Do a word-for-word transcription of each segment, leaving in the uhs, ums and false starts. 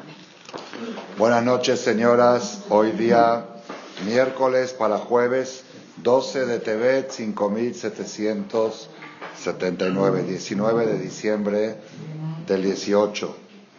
Buenas noches, señoras. Hoy día, miércoles para jueves, doce de Tevet, cinco mil setecientos setenta y nueve, diecinueve de diciembre del dieciocho.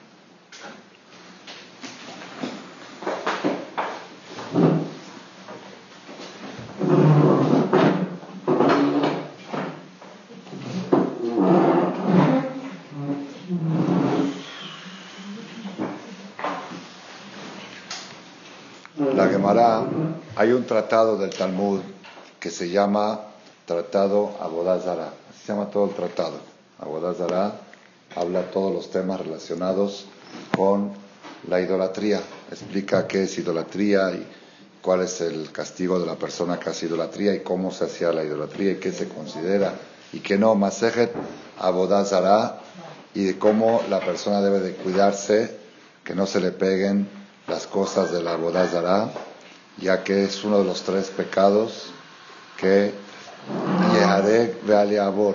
Hay un tratado del Talmud que se llama Tratado Avodah Zará. Así se llama todo el tratado. Avodah Zará habla todos los temas relacionados con la idolatría. Explica qué es idolatría y cuál es el castigo de la persona que hace idolatría y cómo se hacía la idolatría y qué se considera y qué no. Masejet Avodah Zará, y de cómo la persona debe de cuidarse que no se le peguen las cosas de la Avodah Zará, ya que es uno de los tres pecados que Yehareg ve'aliabor.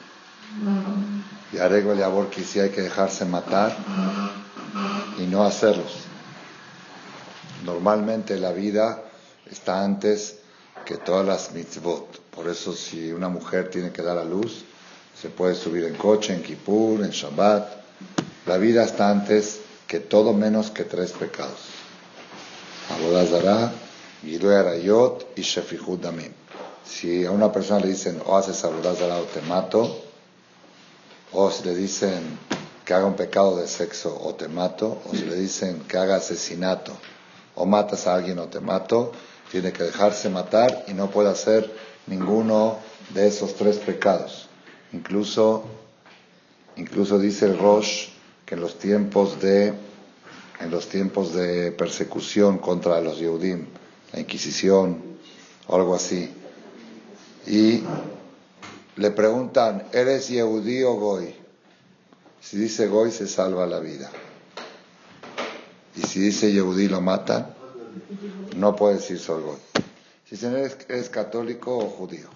Yehareg ve'aliabor, que sí hay que dejarse matar y no hacerlos. Normalmente la vida está antes que todas las mitzvot. Por eso si una mujer tiene que dar a luz, se puede subir en coche, en Kippur, en Shabbat. La vida está antes que todo menos que tres pecados: Avodah Zará, Gilui Arayot y Shefijut Damim. Si a una persona le dicen o haces Avodah Zará o te mato, o si le dicen que haga un pecado de sexo o te mato, o si le dicen que haga asesinato o matas a alguien o te mato, tiene que dejarse matar y no puede hacer ninguno de esos tres pecados. Incluso, incluso dice el Rosh que en los tiempos de en los tiempos de persecución contra los Yehudim, la Inquisición o algo así, y le preguntan, ¿eres Yehudí o Goy? Si dice Goy, se salva la vida, y si dice Yehudí, lo matan. No puede decir soy Goy. Si dicen, ¿eres, eres católico o judío?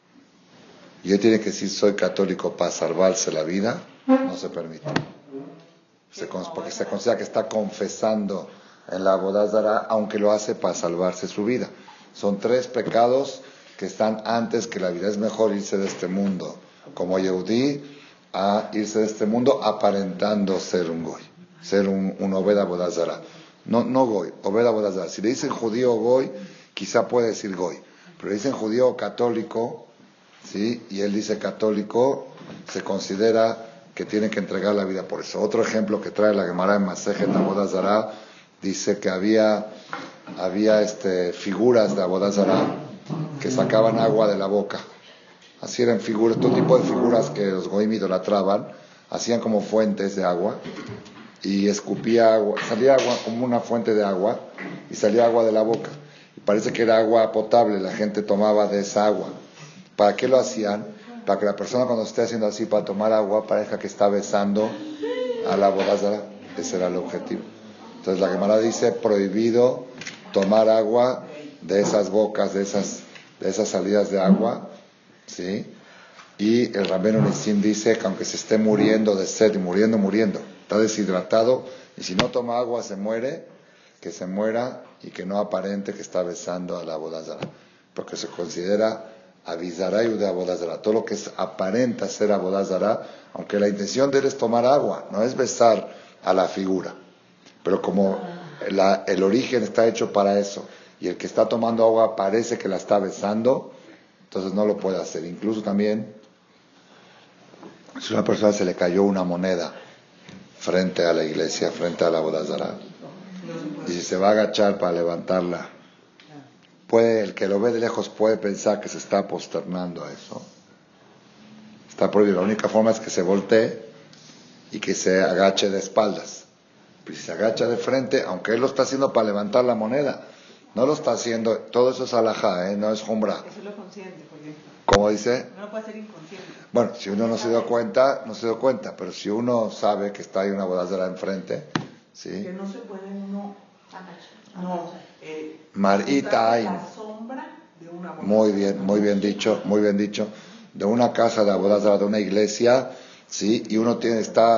Y él tiene que decir soy católico para salvarse la vida, no se permite. Se, porque se considera que está confesando en la Avodah Zará, aunque lo hace para salvarse su vida. Son tres pecados que están antes que la vida. Es mejor irse de este mundo como Yehudí a irse de este mundo aparentando ser un Goy, ser un, un Obed Avodah Zará. No, no Goy, Obed Avodah Zará. Si le dicen judío o Goy, quizá puede decir Goy, pero le dicen judío o católico, ¿sí? Y él dice católico, se considera que tiene que entregar la vida por eso. Otro ejemplo que trae la Gemara en Masejet Avodah Zará, dice que había, había este, figuras de Avodah Zará que sacaban agua de la boca. Así eran figuras, todo tipo de figuras que los goim idolatraban, hacían como fuentes de agua y escupía agua, salía agua como una fuente de agua y salía agua de la boca. Y parece que era agua potable, la gente tomaba de esa agua. ¿Para qué lo hacían? Para que la persona cuando esté haciendo así para tomar agua parezca que está besando a la Avodah Zará. Ese era el objetivo. Entonces la Gemara dice prohibido tomar agua de esas bocas, de esas, de esas salidas de agua, ¿sí? Y el Rabbeinu Nissim dice que aunque se esté muriendo de sed, muriendo, muriendo, está deshidratado, y si no toma agua se muere, que se muera y que no aparente que está besando a la Avodah Zará, porque se considera Avizará y de Avodah Zará, todo lo que es, aparenta ser Avodah Zará, aunque la intención de él es tomar agua, no es besar a la figura, pero como la, el origen está hecho para eso, y el que está tomando agua parece que la está besando, entonces no lo puede hacer. Incluso también, si a una persona se le cayó una moneda frente a la iglesia, frente a la Avodah Zará, y si se va a agachar para levantarla, puede, el que lo ve de lejos puede pensar que se está posternando a eso. Está prohibido. La única forma es que se voltee y que se agache de espaldas. Pero si se agacha de frente, aunque él lo está haciendo para levantar la moneda, no lo está haciendo, todo eso es alajá, ¿eh? No es jumbra. Eso es lo consciente, porque ¿Cómo dice? no lo puede hacer inconsciente. Bueno, si uno no se dio cuenta, no se dio cuenta, pero si uno sabe que está ahí una Avodah Zará enfrente, ¿sí? Que no se puede uno agachar. No. Eh, Marita hay. La sombra de una Avodah Muy bien, muy bien dicho, muy bien dicho. De una casa de Avodah Zará, de una iglesia, ¿sí? Y uno tiene, está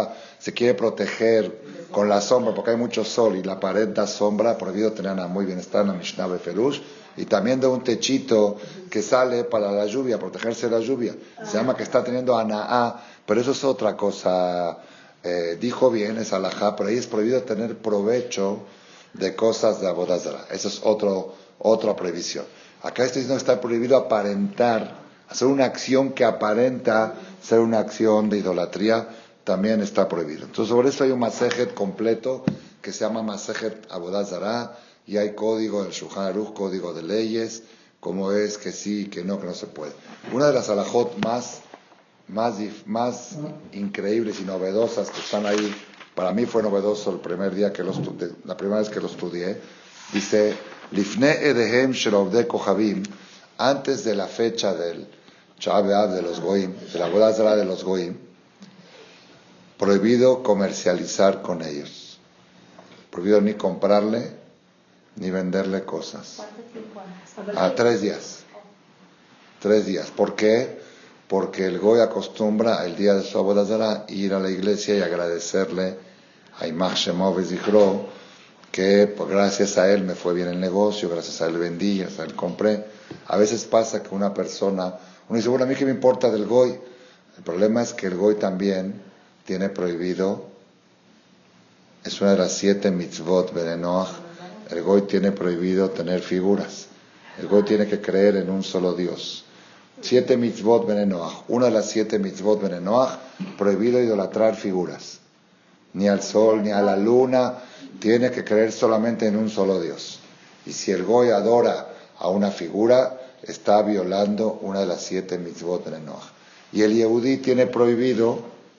se quiere proteger con la sombra, porque hay mucho sol y la pared da sombra, prohibido tener nada. Muy bien, está en la Mishnah Beferush. Y también de un techito que sale para la lluvia, protegerse de la lluvia. Se llama que está teniendo anaá, pero eso es otra cosa. Eh, dijo bien, es alajá, pero ahí es prohibido tener provecho de cosas de Avodah Zará. Eso es otro, otra prohibición. Acá estoy diciendo que está prohibido aparentar, hacer una acción que aparenta ser una acción de idolatría, también está prohibido. Entonces, sobre eso hay un masejet completo que se llama masejet Avodah Zará, y hay código del Shulchan Aruch, código de leyes, como es que sí, que no, que no se puede. Una de las alajot más, más, más increíbles y novedosas que están ahí, para mí fue novedoso el primer día que lo estudié, la primera vez que lo estudié, dice, Lifne edehem shel ovdei kochavim, antes de la fecha del Sha'ah B'Av de los Goim, de la Avodah Zará de los Goim, prohibido comercializar con ellos. Prohibido ni comprarle ni venderle cosas. A tres días. Tres días. ¿Por qué? Porque el Goy acostumbra el día de su Avodah Zará ir a la iglesia y agradecerle a Imach Shemo V'Zichro que pues, gracias a él me fue bien el negocio, gracias a él vendí, gracias a él compré. A veces pasa que una persona, uno dice, bueno, a mí qué me importa del Goy. El problema es que el Goy también tiene prohibido, es una de las siete mitzvot Benenoach, el Goy tiene prohibido tener figuras. El Goy tiene que creer en un solo Dios. Siete mitzvot Benenoach. Una de las siete mitzvot Benenoach, prohibido idolatrar figuras. Ni al sol, ni a la luna. Tiene que creer solamente en un solo Dios. Y si el Goy adora a una figura, está violando una de las siete mitzvot Benenoach. Y el Yehudí tiene prohibido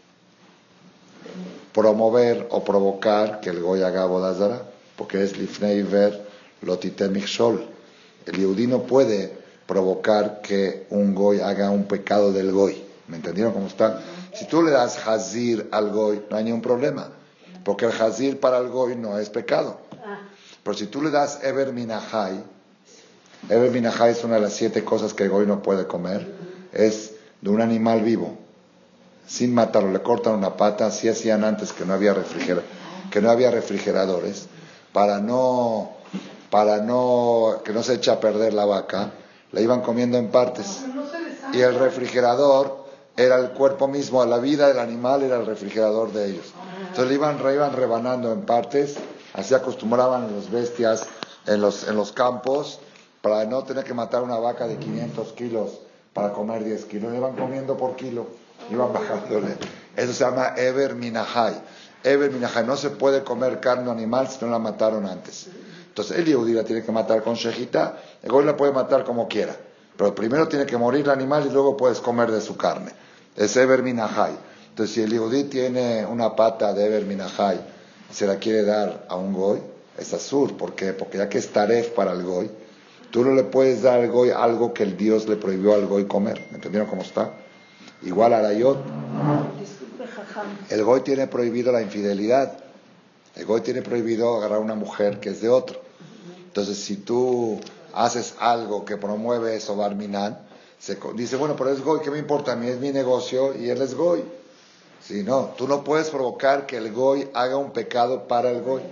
promover o provocar que el Goy haga Avodah Zará, porque es Lifnei Iver Lotite Michshol. El Yehudí no puede provocar que un Goy haga un pecado del Goy. ¿Me entendieron cómo está? Si tú le das Hazir al Goy, no hay ningún problema, porque el Hazir para el Goy no es pecado. Pero si tú le das Eber Minahai, Eber Minahai es una de las siete cosas que el Goy no puede comer, es de un animal vivo, sin matarlo, le cortan una pata, así hacían antes que no había refriger- que no había refrigeradores, para no, para no, que no se eche a perder la vaca, la iban comiendo en partes. Y el refrigerador era el cuerpo mismo, la vida del animal era el refrigerador de ellos. Entonces le iban, le iban rebanando en partes, así acostumbraban a las bestias en los, en los campos, para no tener que matar una vaca de quinientos kilos para comer diez kilos, le iban comiendo por kilo, iban bajándole. Eso se llama Eber Minahai. Eber Minahai, no se puede comer carne animal si no la mataron antes. Entonces el Yehudí la tiene que matar con shejitá, el Goy la puede matar como quiera, pero primero tiene que morir el animal y luego puedes comer de su carne. Es Eber Minahai. Entonces si el Yehudí tiene una pata de Eber Minahai y se la quiere dar a un Goy, es asur. ¿Por qué? Porque ya que es taref para el Goy, tú no le puedes dar al Goy algo que el Dios le prohibió al Goy comer. ¿Me entendieron cómo está? Igual a Arayot. El Goy tiene prohibido la infidelidad. El Goy tiene prohibido agarrar a una mujer que es de otro. Entonces, si tú haces algo que promueve eso, Barminan, se dice, bueno, pero es Goy, ¿qué me importa? A mí es mi negocio y él es Goy. Si no, tú no puedes provocar que el Goy haga un pecado para el Goy.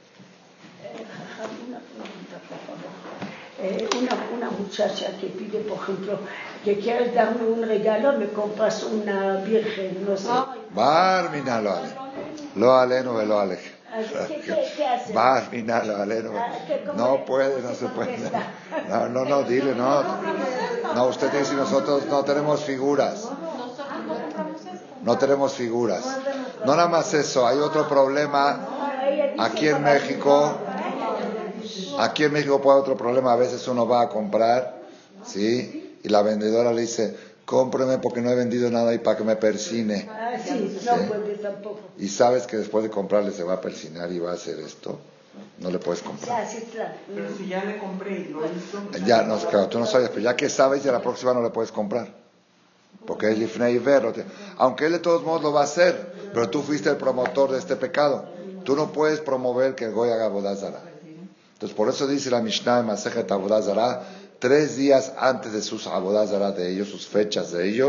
Eh, una, una muchacha que pide, por ejemplo, que quieres darme un regalo, me compras una virgen, no sé. Barminan lo ale. Lo aleno lo ale. ¿Qué, qué, qué hace? Barminan lo aleno. No puede, no se puede. No, no, no, dile, no. No, usted dice, nosotros no tenemos figuras. No tenemos figuras. No nada más eso, hay otro problema aquí en México. Aquí en México puede haber otro problema. A veces uno va a comprar, ¿sí? Y la vendedora le dice, cómpreme porque no he vendido nada y para que me persine. Ah, sí, ¿sí? No puede tampoco. Y sabes que después de comprarle se va a persinar y va a hacer esto. No le puedes comprar. Ya, sí, claro. Pero si ya le compré y lo hizo... Ya, no, claro, tú no sabes, pero ya que sabes, ya la próxima no le puedes comprar. Porque es Lifnei Iver. Aunque él de todos modos lo va a hacer, pero tú fuiste el promotor de este pecado. Tú no puedes promover que el Goy haga Avodah Zará. Entonces, por eso dice la Mishnah en Masejet Avodah Zará, tres días antes de sus Avodah Zará de ellos, sus fechas de ellos,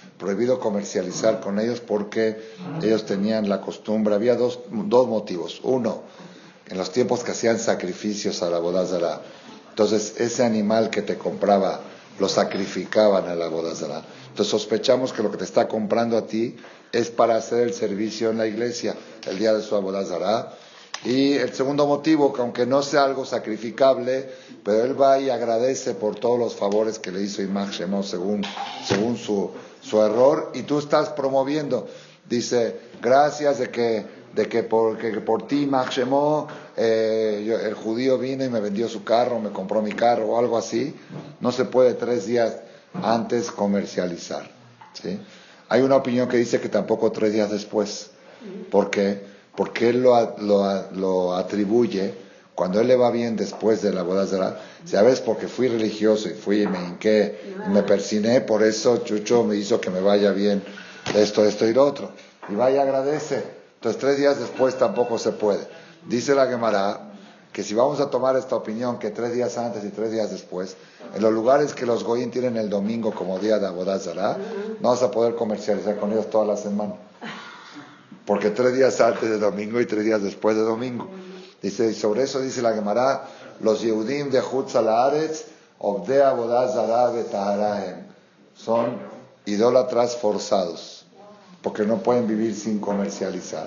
prohibido comercializar con ellos porque ellos tenían la costumbre, había dos, dos motivos. Uno, en los tiempos que hacían sacrificios a la Avodah Zará, entonces ese animal que te compraba lo sacrificaban a la Avodah Zará. Entonces sospechamos que lo que te está comprando a ti es para hacer el servicio en la iglesia el día de su Avodah Zará. Y el segundo motivo, que aunque no sea algo sacrificable, pero él va y agradece por todos los favores que le hizo Imach Shemo según, según su, su error, y tú estás promoviendo. Dice, gracias de que, de que, por, que por ti, Imach Shemo, eh, yo, el judío vino y me vendió su carro, me compró mi carro o algo así. No se puede tres días antes comercializar, ¿sí? Hay una opinión que dice que tampoco tres días después. ¿Por qué? Porque él lo, lo, lo atribuye, cuando él le va bien después de la Avodah Zará, ¿sabes? Porque fui religioso y fui y me hinqué y me persiné, por eso Chucho me hizo que me vaya bien esto, esto y lo otro. Y vaya, agradece. Entonces tres días después tampoco se puede. Dice la Gemara que si vamos a tomar esta opinión, que tres días antes y tres días después, en los lugares que los goyim tienen el domingo como día de Avodah Zará, no vas a poder comercializar con ellos toda la semana. Porque tres días antes de domingo y tres días después de domingo. Dice, y sobre eso dice la Gemara, los Yehudim de Chutz La'aretz, Obdei Avodah Zará Betaharahem, son idólatras forzados, porque no pueden vivir sin comercializar.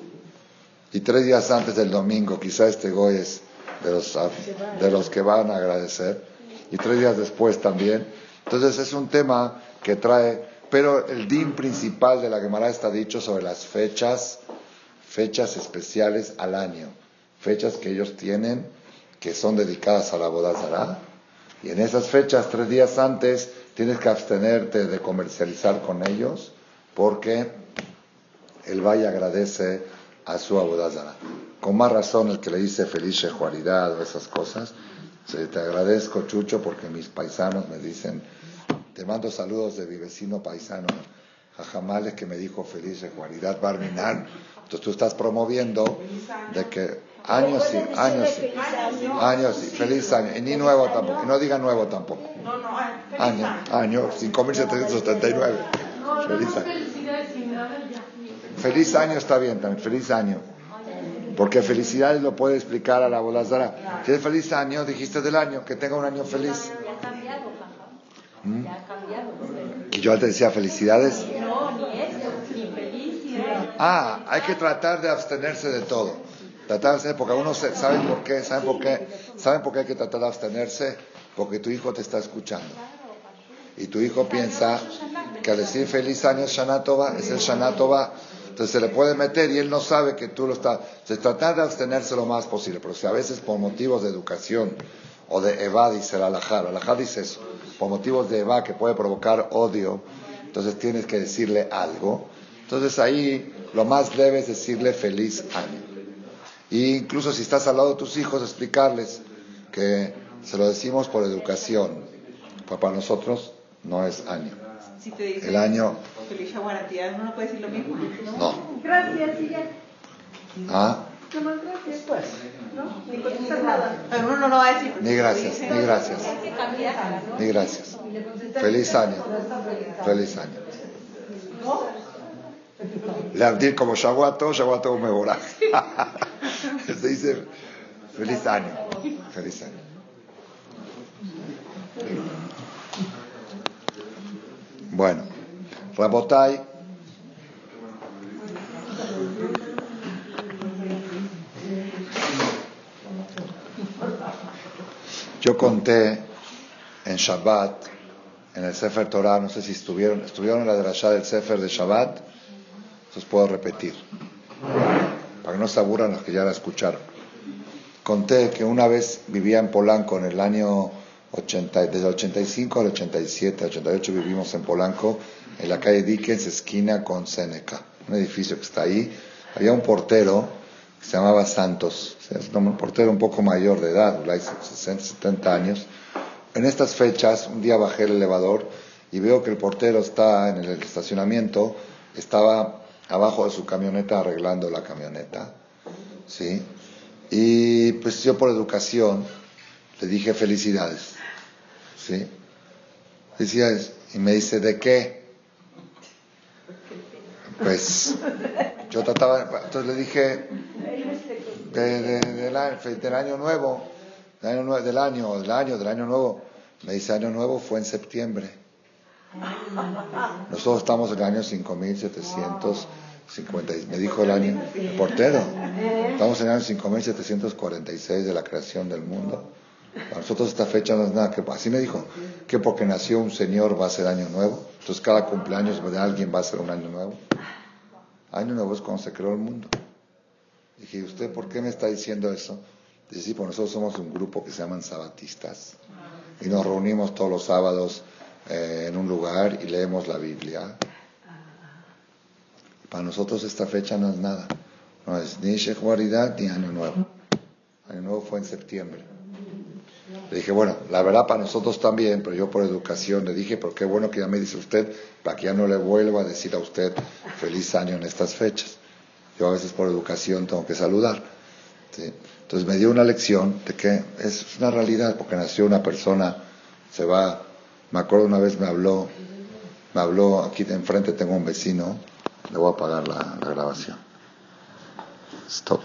Y tres días antes del domingo, quizá este goy es de los, de los que van a agradecer, y tres días después también. Entonces es un tema que trae... Pero el din principal de la Gemara está dicho sobre las fechas, fechas especiales al año, fechas que ellos tienen, que son dedicadas a la Avodah Zará, y en esas fechas, tres días antes, tienes que abstenerte de comercializar con ellos, porque el valle agradece a su Avodah Zará. Con más razón el que le dice feliz Shehuaridad o esas cosas, te agradezco, Chucho, porque mis paisanos me dicen... Te mando saludos de mi vecino paisano, Jajamales, que me dijo feliz Shehuaridad Barminan. Entonces tú estás promoviendo de que años sí, años sí, años sí, feliz año. Y ni nuevo tampoco, y no diga nuevo tampoco. Año, año, cinco mil setecientos setenta y nueve. Feliz año. Feliz año está bien también, feliz año. Porque felicidades lo puede explicar a la Avodah Zará. Si es feliz año, dijiste del año, que tenga un año feliz. ¿Mm? Y yo te decía felicidades. No, ni eso, ni felicidades. Ah, hay que tratar de abstenerse de todo. Tratar de abstenerse, porque algunos saben por qué, saben por qué, saben por qué hay que tratar de abstenerse, porque tu hijo te está escuchando. Y tu hijo piensa que al decir feliz año Shana Tova es el Shana Tova. Entonces se le puede meter y él no sabe que tú lo estás. Se tratar de abstenerse lo más posible, pero si a veces por motivos de educación o de Eva, dice el alajá, el alajá dice eso, por motivos de Eva que puede provocar odio, entonces tienes que decirle algo. Entonces ahí lo más leve es decirle feliz año. E incluso si estás al lado de tus hijos, explicarles que se lo decimos por educación, pero para nosotros no es año. Si te dicen el año feliz Shawaratía, ¿uno no puede decir lo mismo? No. no. Gracias, y ya. ¿Ah? ¿Qué más gracias? Pues, ¿no? Ni contestar Nada. nada. Pero uno no va a decir. Ni gracias, ni gracias, ni gracias. Feliz año, feliz año. Le abdir como Shawato, Shawato me borra. Se dice feliz año, feliz año. Bueno, Rabotai, yo conté en Shabbat, en el Sefer Torah, no sé si estuvieron, estuvieron en la derashá del Sefer de Shabbat, entonces puedo repetir, para que no se aburran los que ya la escucharon. Conté que una vez vivía en Polanco en el año ochenta, desde el ochenta y cinco al ochenta y siete, ochenta y ocho vivimos en Polanco, en la calle Dickens, esquina con Seneca, un edificio que está ahí. Había un portero que se llamaba Santos, un portero un poco mayor de edad, sesenta, setenta años. En estas fechas, un día bajé el elevador y veo que el portero está en el estacionamiento, estaba abajo de su camioneta arreglando la camioneta, ¿sí? Y pues yo por educación le dije felicidades, ¿sí? Felicidades. Y me dice, ¿de qué? Pues yo trataba, entonces le dije de, de, del, año, del año nuevo, del año, nuevo, del año, del año, del año nuevo. Me dice, año nuevo fue en septiembre. Nosotros estamos en el año cinco mil setecientos cincuenta. Me dijo el año, el portero, estamos en el año cinco mil setecientos cuarenta y seis de la creación del mundo. Para nosotros esta fecha no es nada que, así me dijo, que porque nació un señor va a ser año nuevo, entonces cada cumpleaños de alguien va a ser un año nuevo. Año nuevo es cuando se creó el mundo. Dije, ¿usted por qué me está diciendo eso? Dice, sí, pues nosotros somos un grupo que se llaman sabatistas y nos reunimos todos los sábados eh, en un lugar y leemos la Biblia. Para nosotros esta fecha no es nada, no es ni Shehuaridad ni año nuevo. Año nuevo fue en septiembre. Le dije, bueno, la verdad para nosotros también, pero yo por educación le dije, pero qué bueno que ya me dice usted, para que ya no le vuelva a decir a usted feliz año en estas fechas. Yo a veces por educación tengo que saludar, ¿sí? Entonces me dio una lección de que es una realidad, porque nació una persona, se va, me acuerdo una vez me habló, me habló, aquí de enfrente tengo un vecino, le voy a apagar la, la grabación. Stop.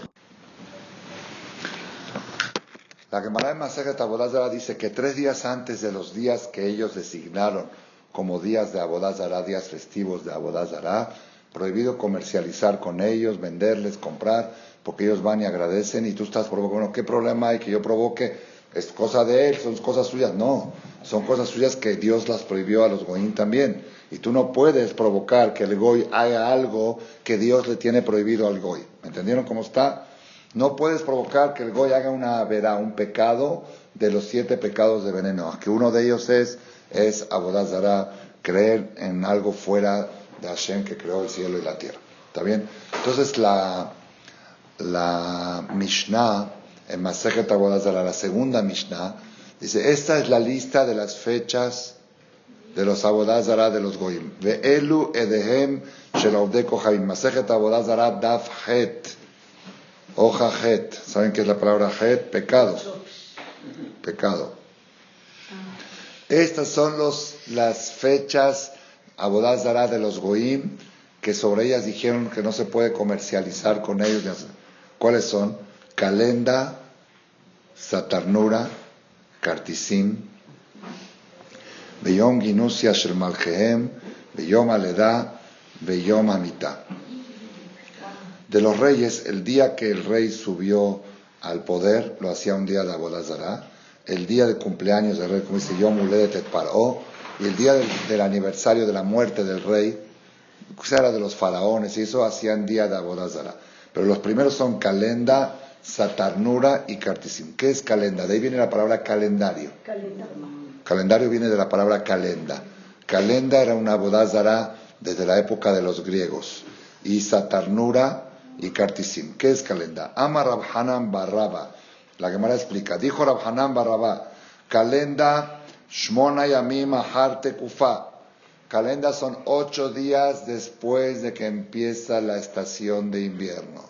La Gemara de Masejet Avodah Zará dice que tres días antes de los días que ellos designaron como días de Avodah Zará, días festivos de Avodah Zará, prohibido comercializar con ellos, venderles, comprar, porque ellos van y agradecen y tú estás provocando. Bueno, ¿qué problema hay que yo provoque? Es cosa de él, son cosas suyas. No, son cosas suyas que Dios las prohibió a los goyim también. Y tú no puedes provocar que el goy haga algo que Dios le tiene prohibido al goy. ¿Me entendieron cómo está? No puedes provocar que el goy haga una verá, un pecado de los siete pecados de veneno, que uno de ellos es, es Avodah Zará, creer en algo fuera de Hashem que creó el cielo y la tierra. ¿Está bien? Entonces la, la Mishnah, en Masejet Avodah Zará, la segunda Mishnah, dice, esta es la lista de las fechas de los Avodah Zará de los goyim. Ve'elu edehem shel ovdei kohanim. Masejet Avodah Zará daf het. Hoja het, ¿saben qué es la palabra het? Pecado. Pecado. Estas son los, las fechas Avodah Zará de los goyim, que sobre ellas dijeron que no se puede comercializar con ellos. ¿Cuáles son? Calenda, Satarnura, Kartisim, Beyom Ginusia Shel Malchehem, Beyom Aleda, Beyom Hamitah. De los reyes, el día que el rey subió al poder, lo hacía un día de Avodah Zará. El día del cumpleaños del rey, como dice Yom Uledet Paró, y el día del, del aniversario de la muerte del rey, o sea, era de los faraones, y eso hacían día de Avodah Zará. Pero los primeros son Calenda, Satarnura y Kartisim. ¿Qué es Calenda? De ahí viene la palabra calendario. Calendario viene de la palabra calenda. Calenda era una Avodah Zará desde la época de los griegos. Y Satarnura y Kartisim. ¿Qué es calenda? Ama Rab Hanan Barraba. La Gemara explica. Dijo Rab Hanan Barraba, calenda Shmona Yamim Ahar Tekufa. Calenda son ocho días después de que empieza la estación de invierno.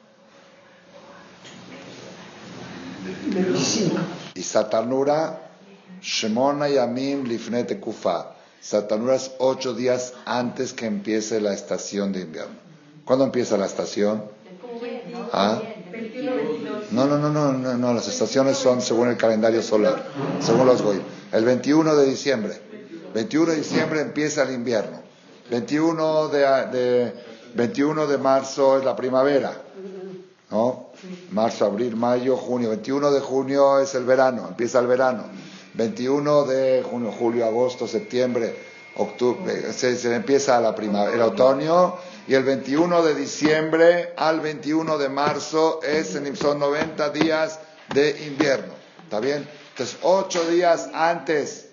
Y Satarnura Shmona Yamim Lifne Tekufa. Satanura es ocho días antes que empiece la estación de invierno. ¿Cuándo empieza la estación? ¿Ah? No, no, no, no, no, no, las estaciones son según el calendario solar, según los goyim. El veintiuno de diciembre. veintiuno de diciembre empieza el invierno. veintiuno de, de, veintiuno de marzo es la primavera, ¿no? Marzo, abril, mayo, junio. veintiuno de junio es el verano, empieza el verano. veintiuno de junio, julio, agosto, septiembre, octubre, se, se empieza la primavera, el otoño, y el veintiuno de diciembre al veintiuno de marzo es, son noventa días de invierno. ¿Está bien? Entonces, ocho días antes,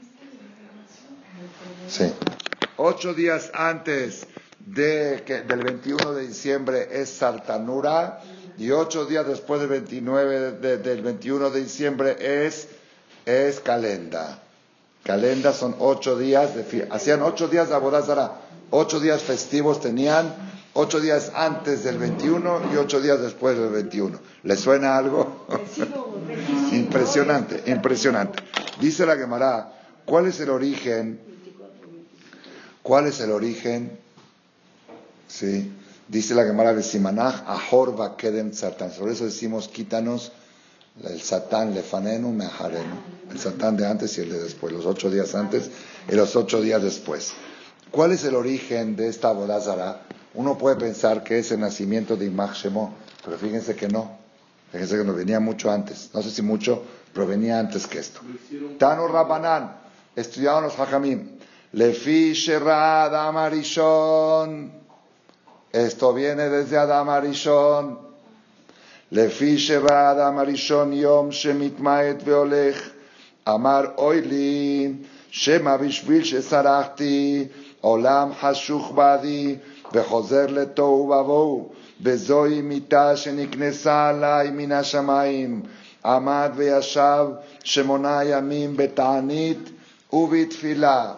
sí, ocho días antes de que, del veintiuno de diciembre es Sartanura, y ocho días después del veintinueve de, del veintiuno de diciembre es es calenda. Calenda son ocho días de fiesta. Hacían ocho días de Avodah Zará. Ocho días festivos tenían, ocho días antes del veintiuno y ocho días después del veintiuno. ¿Les suena algo? Impresionante, impresionante. Dice la Gemara, ¿cuál es el origen? ¿Cuál es el origen Sí. Dice la Gemara de Simanach, Ahor va kedem tzartan. Por eso decimos, quítanos el satán lefanenu meharenu. El satán de antes y el de después. Los ocho días antes y los ocho días después. ¿Cuál es el origen de esta Avodah Zará? Uno puede pensar que es el nacimiento de Imach Shemo, pero fíjense que no. Fíjense que no venía mucho antes. No sé si mucho, pero venía antes que esto. Tanu Rabbanan, estudiaron los Hajamim. Lefi Shera Adam Arishon. Esto viene desde Adam Arishon. Lefi Shera Adam Arishon Yom Shemitmaet Veolech. Amar Oili. Shema Bishvil Shesarachti. Olam Hashuch Badi. Vechozer Letou Bavou. Bezoi Mita Sheniknesa Alai Min HaShamayim. Amad Veyashav Shemona Yamim Betanit Ubitfilah.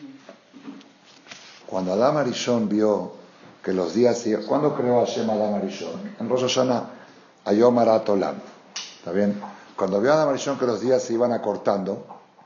Cuando Adam Arishon vio que los días... ¿Cuándo creó Hashem Adam Arishon? En Rosh Hashanah. Ayom Harat Olam. ¿Está bien? Cuando vio Adam Arishon que los días se iban acortando,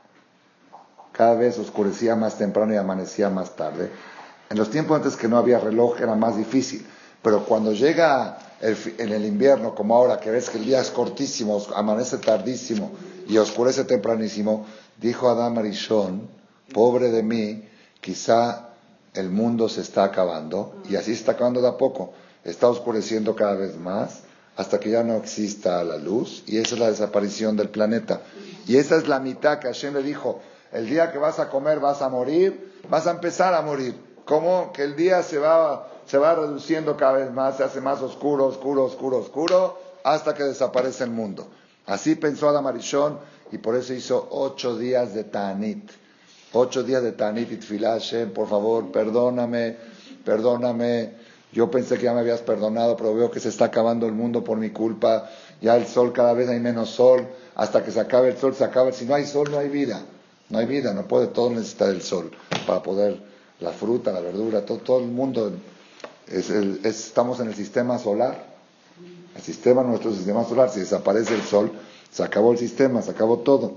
cada vez oscurecía más temprano y amanecía más tarde. En los tiempos antes que no había reloj era más difícil. Pero cuando llega el, en el invierno, como ahora, que ves que el día es cortísimo, amanece tardísimo y oscurece tempranísimo, dijo Adam Arishon, pobre de mí, quizá el mundo se está acabando, y así se está acabando de a poco, está oscureciendo cada vez más, hasta que ya no exista la luz, y esa es la desaparición del planeta. Y esa es la mitad que Hashem le dijo, el día que vas a comer vas a morir, vas a empezar a morir. Como que el día se va, se va reduciendo cada vez más, se hace más oscuro, oscuro, oscuro, oscuro, hasta que desaparece el mundo. Así pensó Adam Arishon, y por eso hizo ocho días de Ta'anit. Ocho días de Ta'anit y Tfilah. Hashem, por favor, perdóname, perdóname. Yo pensé que ya me habías perdonado, pero veo que se está acabando el mundo por mi culpa. Ya el sol, cada vez hay menos sol. Hasta que se acabe el sol, se acaba. Si no hay sol, no hay vida. No hay vida, no puede, todo necesita del sol para poder, la fruta, la verdura, todo, todo el mundo. Es el, es, estamos en el sistema solar. El sistema, nuestro sistema solar, si desaparece el sol, se acabó el sistema, se acabó todo.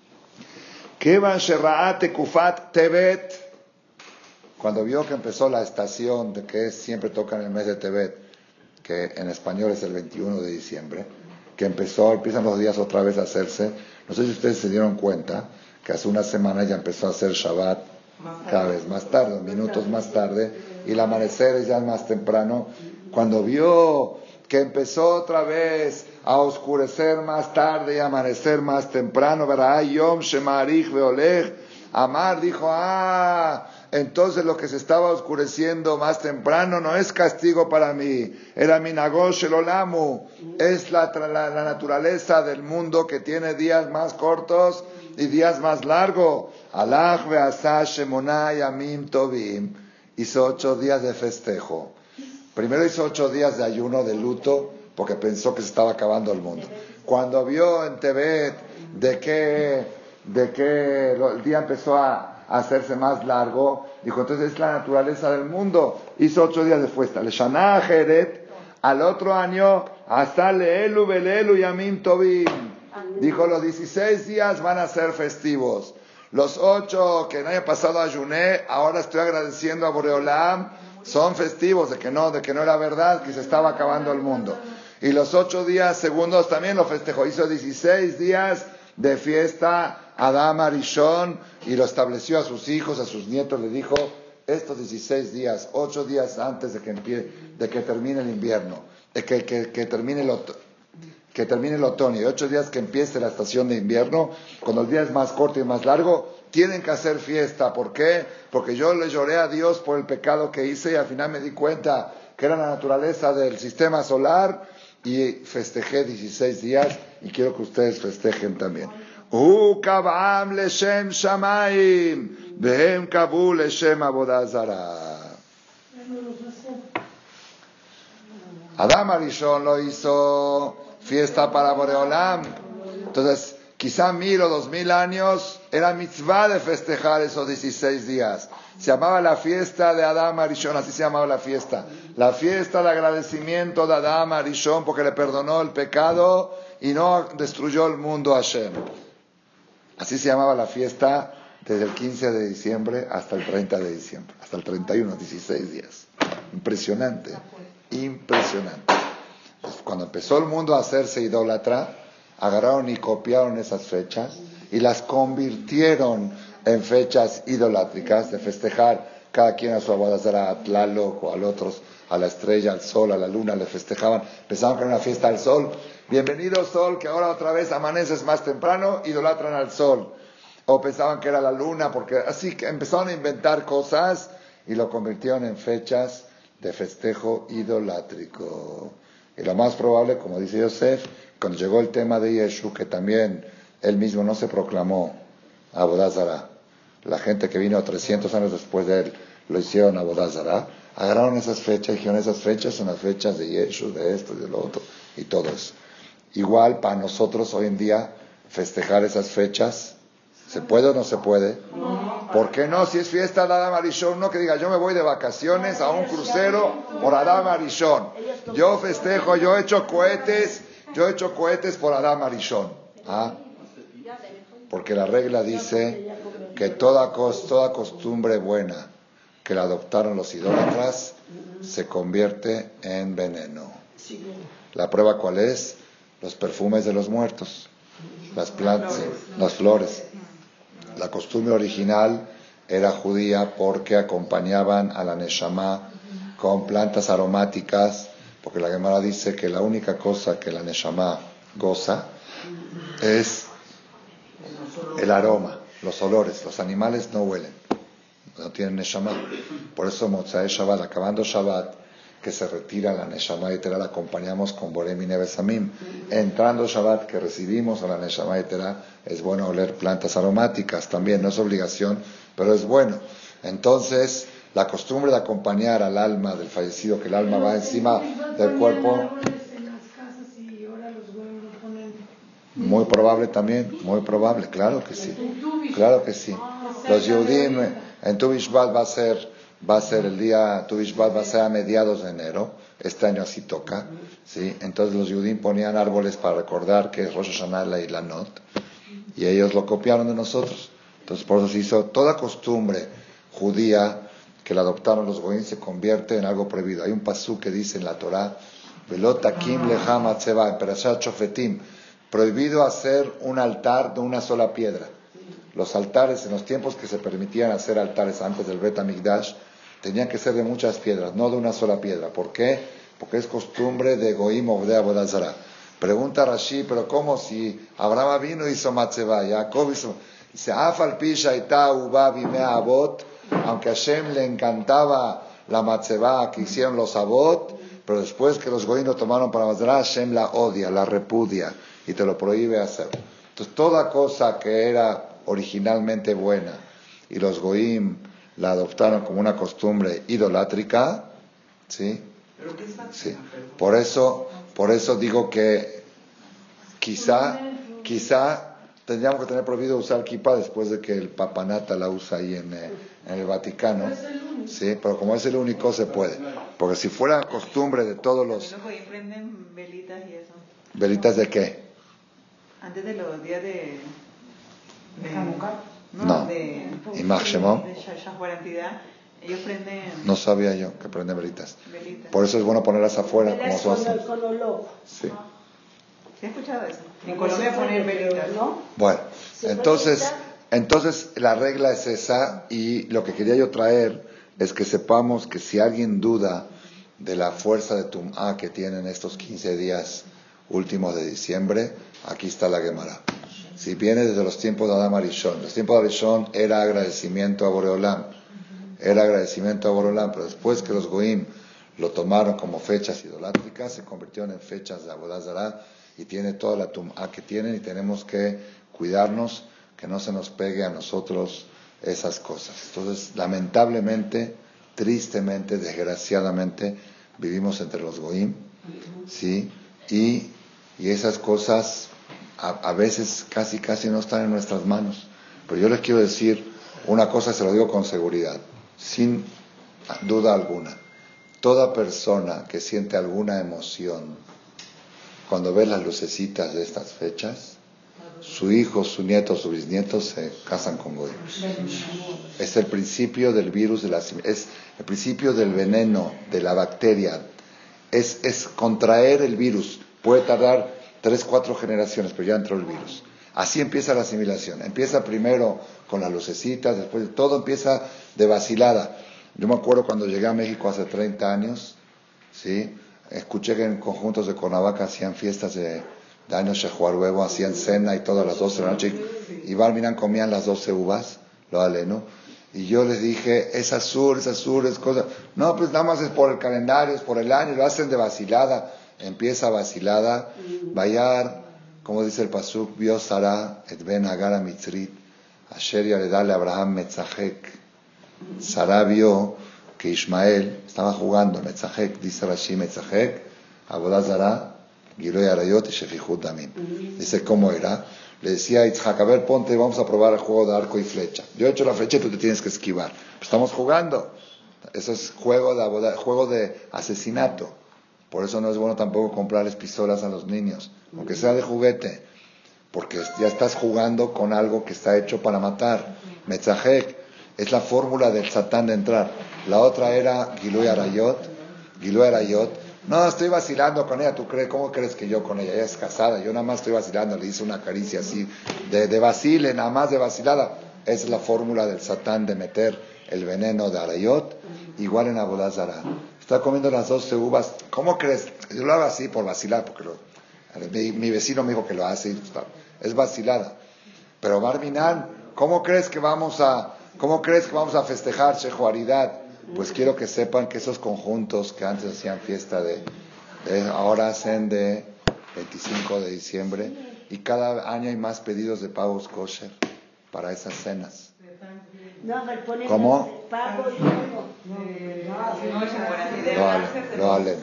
Kevan Sherraat Kufat Tebet. Cuando vio que empezó la estación de que siempre toca en el mes de Tebet, que en español es el veintiuno de diciembre, que empezó, empiezan los días otra vez a hacerse. No sé si ustedes se dieron cuenta que hace una semana ya empezó a hacer Shabbat cada vez más tarde, minutos más tarde, y el amanecer es ya más temprano. Cuando vio que empezó otra vez a oscurecer más tarde y amanecer más temprano, ¿verdad? Yom Shemarich Veolech. Amar dijo, ah, entonces lo que se estaba oscureciendo más temprano no es castigo para mí, era Minagosh el Olamu, es la, la, la naturaleza del mundo que tiene días más cortos y días más largos. Alach ve'asa Shemona Yamim Tovim, hizo ocho días de festejo. Primero hizo ocho días de ayuno, de luto, porque pensó que se estaba acabando el mundo. Cuando vio en Tebet de que, de que el día empezó a, a hacerse más largo, dijo, entonces es la naturaleza del mundo. Hizo ocho días de fiesta. Le Shana Jeret, al otro año, hasta Leelu Belelu Yamim Tovim. Dijo, los dieciséis días van a ser festivos. Los ocho que no haya pasado ayuné, ahora estoy agradeciendo a Boreolam, son festivos, de que no, de que no era verdad, que se estaba acabando el mundo. Y los ocho días segundos también lo festejó. Hizo dieciséis días de fiesta Adam Arishon y lo estableció a sus hijos, a sus nietos. Le dijo, estos dieciséis días, ocho días antes de que empie, de que termine el invierno, de que, que, que termine el otoño, que termine el otoño y ocho días que empiece la estación de invierno, cuando el día es más corto y más largo, tienen que hacer fiesta. ¿Por qué? Porque yo le lloré a Dios por el pecado que hice y al final me di cuenta que era la naturaleza del sistema solar y festejé dieciséis días y quiero que ustedes festejen también. Hu kabam leshem shamayim vehem kabu leshem avodah zarah. Adam Arishon lo hizo fiesta para Boreolam. Entonces, quizá mil o dos mil años era mitzvah de festejar esos dieciséis días. Se llamaba la fiesta de Adam Arishon, así se llamaba la fiesta. La fiesta de agradecimiento de Adam Arishon porque le perdonó el pecado y no destruyó el mundo a Hashem. Así se llamaba la fiesta desde el quince de diciembre hasta el treinta de diciembre, hasta el treinta y uno, dieciséis días. Impresionante, impresionante. Cuando empezó el mundo a hacerse idólatra, agarraron y copiaron esas fechas y las convirtieron en fechas idolátricas de festejar cada quien a su abodazara, a Tlaloc o al otros, a la estrella, al sol, a la luna, le festejaban. Pensaban que era una fiesta al sol. Bienvenido sol, que ahora otra vez amaneces más temprano, idolatran al sol. O pensaban que era la luna, porque así que empezaron a inventar cosas y lo convirtieron en fechas de festejo idolátrico. Y lo más probable, como dice Yosef, cuando llegó el tema de Yeshu, que también él mismo no se proclamó abodazara, la gente que vino trescientos años después de él lo hicieron abodazara, agarraron esas fechas y dijeron, esas fechas son las fechas de Yeshu, de esto y de lo otro, y todo eso. Igual para nosotros hoy en día festejar esas fechas, ¿se puede o no se puede? ¿Por qué no? Si es fiesta de Adam Arishon, no que diga, yo me voy de vacaciones a un crucero por Adam Arishon. Yo festejo, yo he hecho cohetes, yo he hecho cohetes por Adam Arishon. ¿Ah? Porque la regla dice que toda, cos, toda costumbre buena que la adoptaron los idólatras se convierte en veneno. ¿La prueba cuál es? Los perfumes de los muertos, las plantas, las flores. La costumbre original era judía porque acompañaban a la Neshama con plantas aromáticas, porque la Gemara dice que la única cosa que la Neshama goza es el aroma, los olores. Los animales no huelen, no tienen Neshama. Por eso Motzai Shabbat, acabando Shabbat, que se retira la Neshama Yetera, la acompañamos con Borem y Nebesamim. Entrando Shabbat, que recibimos a la Neshama Yetera, es bueno oler plantas aromáticas también, no es obligación, pero es bueno. Entonces, la costumbre de acompañar al alma del fallecido, que el alma va encima del cuerpo, muy probable también, muy probable, claro que sí, claro que sí. Los Yehudim, en Tu Bishvat va a ser Va a ser el día, Tu Bishvat va a ser a mediados de enero, este año así toca, ¿sí? Entonces los Yudim ponían árboles para recordar que es Rosh Hashanah y la Not, y ellos lo copiaron de nosotros. Entonces por eso se hizo toda costumbre judía que la adoptaron los Goyim se convierte en algo prohibido. Hay un pasú que dice en la Torah, Velot Takim Lecha Matzeva, en Perashat Shofetim, prohibido hacer un altar de una sola piedra. Los altares, en los tiempos que se permitían hacer altares antes del Bet HaMikdash, tenían que ser de muchas piedras, no de una sola piedra. ¿Por qué? Porque es costumbre de Goim Ovdei Avodah Zarah. Pregunta Rashi, pero ¿cómo si Abraham vino y hizo Matzevah, Jacob hizo? Dice, Afal Pi Shaita Uba Bimea Avot, aunque a Hashem le encantaba la Matzevah que hicieron los Avot, pero después que los Goim lo tomaron para Matzevah, Hashem la odia, la repudia y te lo prohíbe hacer. Entonces toda cosa que era originalmente buena y los Goim la adoptaron como una costumbre idolátrica, ¿sí? Sí. Por eso, por eso digo que quizá, quizá tendríamos que tener prohibido usar kippah después de que el papanata la usa ahí en, en el Vaticano, sí, pero como es el único se puede, porque si fuera costumbre de todos los. Los Goyim prenden velitas y eso. ¿Velitas de qué? Antes de los días de. ¿De Hanukkah? No, No. de. Imach Shemot. De Shahwarantidad. Ellos prenden. No sabía yo que prenden velitas. Velitas. Por eso es bueno ponerlas afuera, como se con, hacen. con olor. Sí. ¿Sí has escuchado eso? En Colombia poner velitas. ¿No? Bueno, ¿Se entonces, puede entonces la regla es esa y lo que quería yo traer es que sepamos que si alguien duda de la fuerza de Tum'á que tienen estos quince días últimos de diciembre, aquí está la Gemara. Si viene desde los tiempos de Adam Arishon, los tiempos de Arishon era agradecimiento a Boreolam, era agradecimiento a Boreolam, pero después que los Goim lo tomaron como fechas idolátricas, se convirtieron en fechas de Avodah Zarah y tiene toda la Tum'á que tienen y tenemos que cuidarnos que no se nos pegue a nosotros esas cosas. Entonces, lamentablemente, tristemente, desgraciadamente, vivimos entre los Goim, ¿sí? Y, y esas cosas a, a veces casi casi no están en nuestras manos. Pero yo les quiero decir una cosa, se lo digo con seguridad, sin duda alguna. Toda persona que siente alguna emoción cuando ve las lucecitas de estas fechas, su hijo, su nieto, su bisnieto se casan con goyim. Es el principio del virus, de la, es el principio del veneno, de la bacteria. Es, es contraer el virus. Puede tardar tres, cuatro generaciones, pero ya entró el virus. Así empieza la asimilación. Empieza primero con las lucecitas, después todo empieza de vacilada. Yo me acuerdo cuando llegué a México hace treinta años, ¿sí? Escuché que en conjuntos de Cuernavaca hacían fiestas de, de años Shehuaruevo, hacían cena y todas las doce de la noche. Y Barminan comían las doce uvas, lo aleno. Y yo les dije, es azul, es azul, es cosa. No, pues nada más es por el calendario, es por el año, lo hacen de vacilada. Empieza vacilada. Bayar, como dice el pasuk, vio Sara et ben Agar Mitzrit, Asher yaredale Abraham Metzahek. Sara vio que Ismael estaba jugando, Metzahek, dice Rashi Metzahek, Avodah Zarah, Giloy Arayot y Shefichut Damim. Dice, ¿cómo era? Le decía a Yitzhak, a ver, ponte, vamos a probar el juego de arco y flecha. Yo he hecho la flecha y tú te tienes que esquivar. Pues estamos jugando. Eso es juego de, aboda, juego de asesinato. Por eso no es bueno tampoco comprarles pistolas a los niños, aunque sea de juguete, porque ya estás jugando con algo que está hecho para matar. Metzahek es la fórmula del Satán de entrar. La otra era Giluy Arayot. Giluy Arayot. No, estoy vacilando con ella. ¿Tú crees? ¿Cómo crees que yo con ella? Ella es casada. Yo nada más estoy vacilando. Le hice una caricia así de, de vacile, nada más de vacilada. Esa es la fórmula del Satán de meter el veneno de Arayot. Igual en Avodah Zarah. Está comiendo las doce uvas. ¿Cómo crees? Yo lo hago así por vacilar, porque lo, mi, mi vecino me dijo que lo hace. Es vacilada. Pero Barminan, ¿cómo crees que vamos a, cómo crees que vamos a festejar Shehuaridad? Pues quiero que sepan que esos conjuntos que antes hacían fiesta de, de ahora hacen de veinticinco de diciembre, y cada año hay más pedidos de pavos kosher para esas cenas. ¿Cómo? Lo ale, lo ale.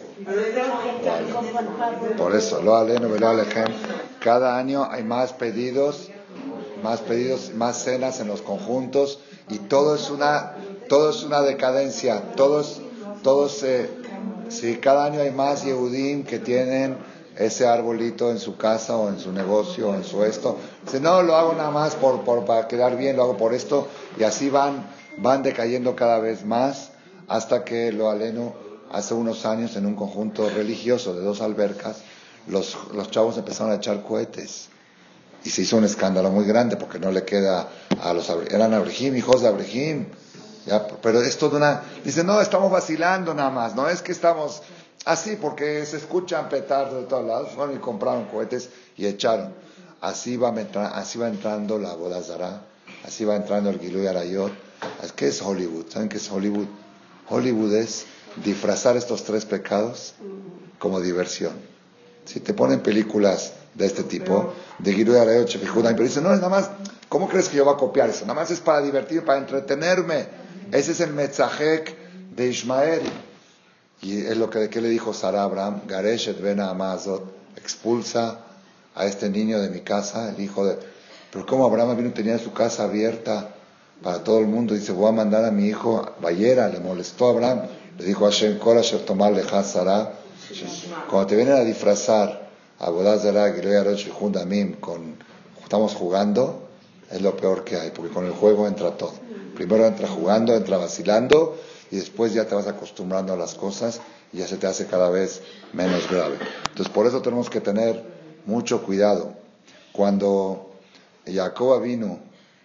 Por eso, lo ale, no me lo alejen. Cada año hay más pedidos, más pedidos, más cenas en los conjuntos, y todo es una, todo es una decadencia. Todos, todos, eh, sí, cada año hay más Yehudim que tienen ese arbolito en su casa o en su negocio o en su esto. Dice, no, lo hago nada más por, por, para quedar bien, lo hago por esto. Y así van, van decayendo cada vez más, hasta que lo aleno, hace unos años en un conjunto religioso de dos albercas, los, los chavos empezaron a echar cohetes. Y se hizo un escándalo muy grande, porque no le queda a los... Eran Abrejim, hijos de Abrejim. Ya, pero es toda una... Dice, no, estamos vacilando nada más. No es que estamos... Así, porque se escuchan petardos de todos lados. Fueron y compraron cohetes y echaron. Así va, así va entrando la Avodah Zarah. Así va entrando el Giluy Arayot. ¿Qué es Hollywood? ¿Saben qué es Hollywood? Hollywood es disfrazar estos tres pecados como diversión. Si te ponen películas de este tipo, de Giluy Arayot, Shefichut Damim, pero dicen, no, es nada más, ¿cómo crees que yo voy a copiar eso? Nada más es para divertir, para entretenerme. Ese es el Metzahek de Ismael. Y es lo que, que le dijo Sara a Abraham, Garesh et ben Amazot, expulsa a este niño de mi casa, el hijo de... Pero como Abraham vino y tenía su casa abierta para todo el mundo, dice, voy a mandar a mi hijo, Bayera, le molestó a Abraham, le dijo a Hashem, Kol asher tomar leja Sara, cuando te vienen a disfrazar, Avodah Zarah, Giluy Arayot, Shefichut Damim, con estamos jugando, es lo peor que hay, porque con el juego entra todo. Primero entra jugando, entra vacilando, y después ya te vas acostumbrando a las cosas y ya se te hace cada vez menos grave. Entonces por eso tenemos que tener mucho cuidado. Cuando Jacob vino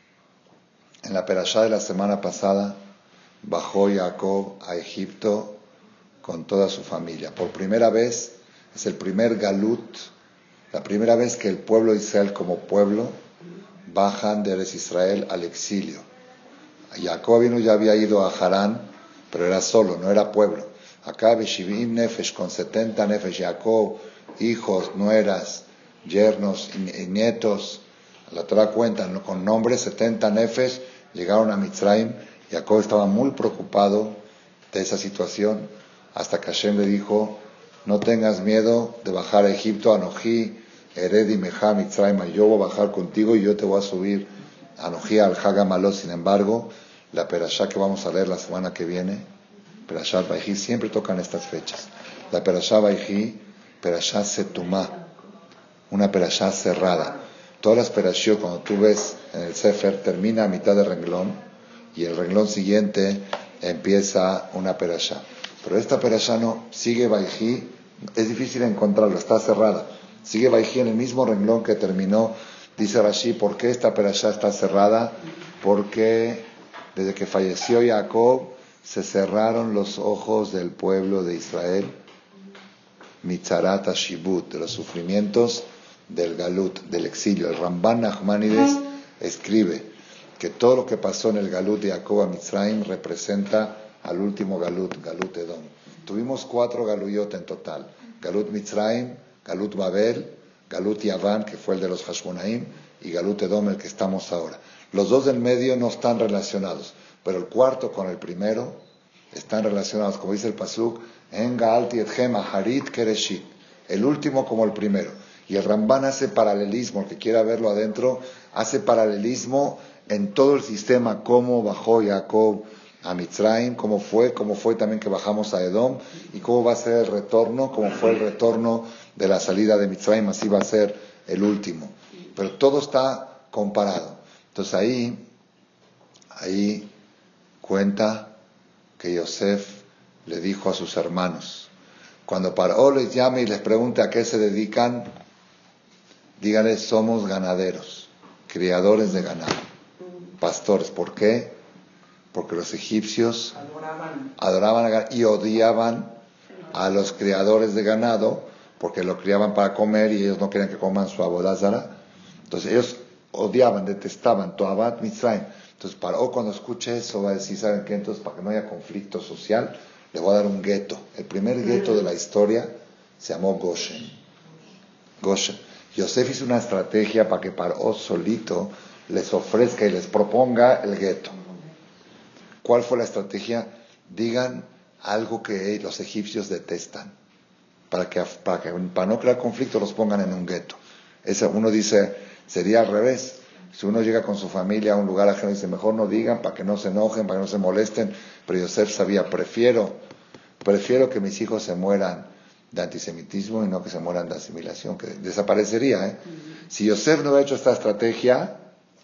en la perashá de la semana pasada, bajó Jacob a Egipto con toda su familia. Por primera vez, es el primer galut, la primera vez que el pueblo de Israel como pueblo bajan de Eretz Israel al exilio. Jacob vino, ya había ido a Harán, pero era solo, no era pueblo. Acá Beshivim Nefesh, con setenta Nefesh, Jacob, hijos, nueras, yernos y nietos, la Torah cuenta, con nombres, setenta Nefesh, llegaron a Mitzrayim. Jacob estaba muy preocupado de esa situación, hasta que Hashem le dijo, no tengas miedo de bajar a Egipto, Anoji, Heredi Meja Mitzrayim, yo voy a bajar contigo y yo te voy a subir Anoji al Hagamalot. Sin embargo, la perashá que vamos a leer la semana que viene, perashá Vayhi, siempre tocan estas fechas. La perashá Vayhi, perashá Setumá, una perashá cerrada. Todas las perashot, cuando tú ves en el Sefer, termina a mitad del renglón y el renglón siguiente empieza una perashá. Pero esta perashá no, sigue Vayhi, es difícil encontrarla, está cerrada. Sigue Vayhi en el mismo renglón que terminó. Dice Rashi, ¿por qué esta perashá está cerrada? Porque desde que falleció Jacob se cerraron los ojos del pueblo de Israel, Mitzarat Shibut, de los sufrimientos del Galut, del exilio. El Ramban Nachmanides escribe que todo lo que pasó en el Galut de Jacob a Mitzrayim representa al último Galut, Galut Edom. Tuvimos cuatro Galuyot en total: Galut Mitzrayim, Galut Babel, Galut Yaván, que fue el de los Hashmonaim, y Galut Edom, el que estamos ahora. Los dos del medio no están relacionados, pero el cuarto con el primero están relacionados, como dice el Pasuk, En Gaalti Etchem Aharit Kereshit, el último como el primero. Y el Ramban hace paralelismo, el que quiera verlo adentro, hace paralelismo en todo el sistema, cómo bajó Jacob a Mitzrayim, cómo fue, cómo fue también que bajamos a Edom, y cómo va a ser el retorno, cómo fue el retorno de la salida de Mitzrayim, así va a ser el último. Pero todo está comparado. Entonces ahí, ahí cuenta que Yosef le dijo a sus hermanos, cuando Paró les llame y les pregunte a qué se dedican, díganles, somos ganaderos, criadores de ganado, pastores. ¿Por qué? Porque los egipcios adoraban, adoraban a ganado y odiaban a los criadores de ganado, porque lo criaban para comer y ellos no querían que coman su abodazara. Entonces ellos odiaban, detestaban Toabat Mitzrayim. Entonces Paró, cuando escuche eso, va a decir, ¿saben qué? Entonces, para que no haya conflicto social, le voy a dar un gueto. El primer gueto de la historia se llamó Goshen. Goshen. Yosef hizo una estrategia para que Paró solito les ofrezca y les proponga el gueto. ¿Cuál fue la estrategia? Digan algo que los egipcios detestan, para que, para que para no crear conflicto los pongan en un gueto. Ese, uno dice, sería al revés. Si uno llega con su familia a un lugar ajeno, dice, mejor no digan para que no se enojen, para que no se molesten. Pero Yosef sabía, prefiero, prefiero que mis hijos se mueran de antisemitismo y no que se mueran de asimilación, que desaparecería. ¿eh? Uh-huh. Si Yosef no hubiera hecho esta estrategia,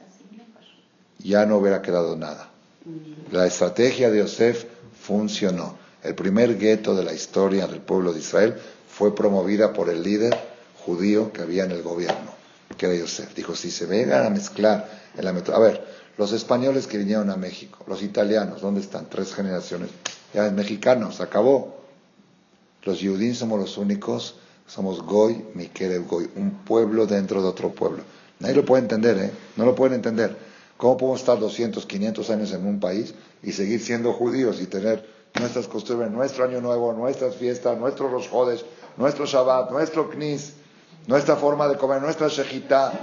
ya no hubiera quedado nada. Uh-huh. La estrategia de Yosef funcionó. El primer gueto de la historia del pueblo de Israel fue promovida por el líder judío que había en el gobierno, que era Yosef. Dijo, si se vengan a mezclar en la metro... A ver, los españoles que vinieron a México, los italianos, ¿dónde están? Tres generaciones. Ya mexicanos, acabó. Los Yehudim somos los únicos, somos Goy, Mikerev Goy, un pueblo dentro de otro pueblo. Nadie lo puede entender, ¿eh? No lo pueden entender. ¿Cómo podemos estar doscientos, quinientos años en un país y seguir siendo judíos y tener nuestras costumbres, nuestro año nuevo, nuestras fiestas, nuestros Rosh Chodesh, nuestro Shabbat, nuestro Knis, nuestra forma de comer, nuestra Shejitá?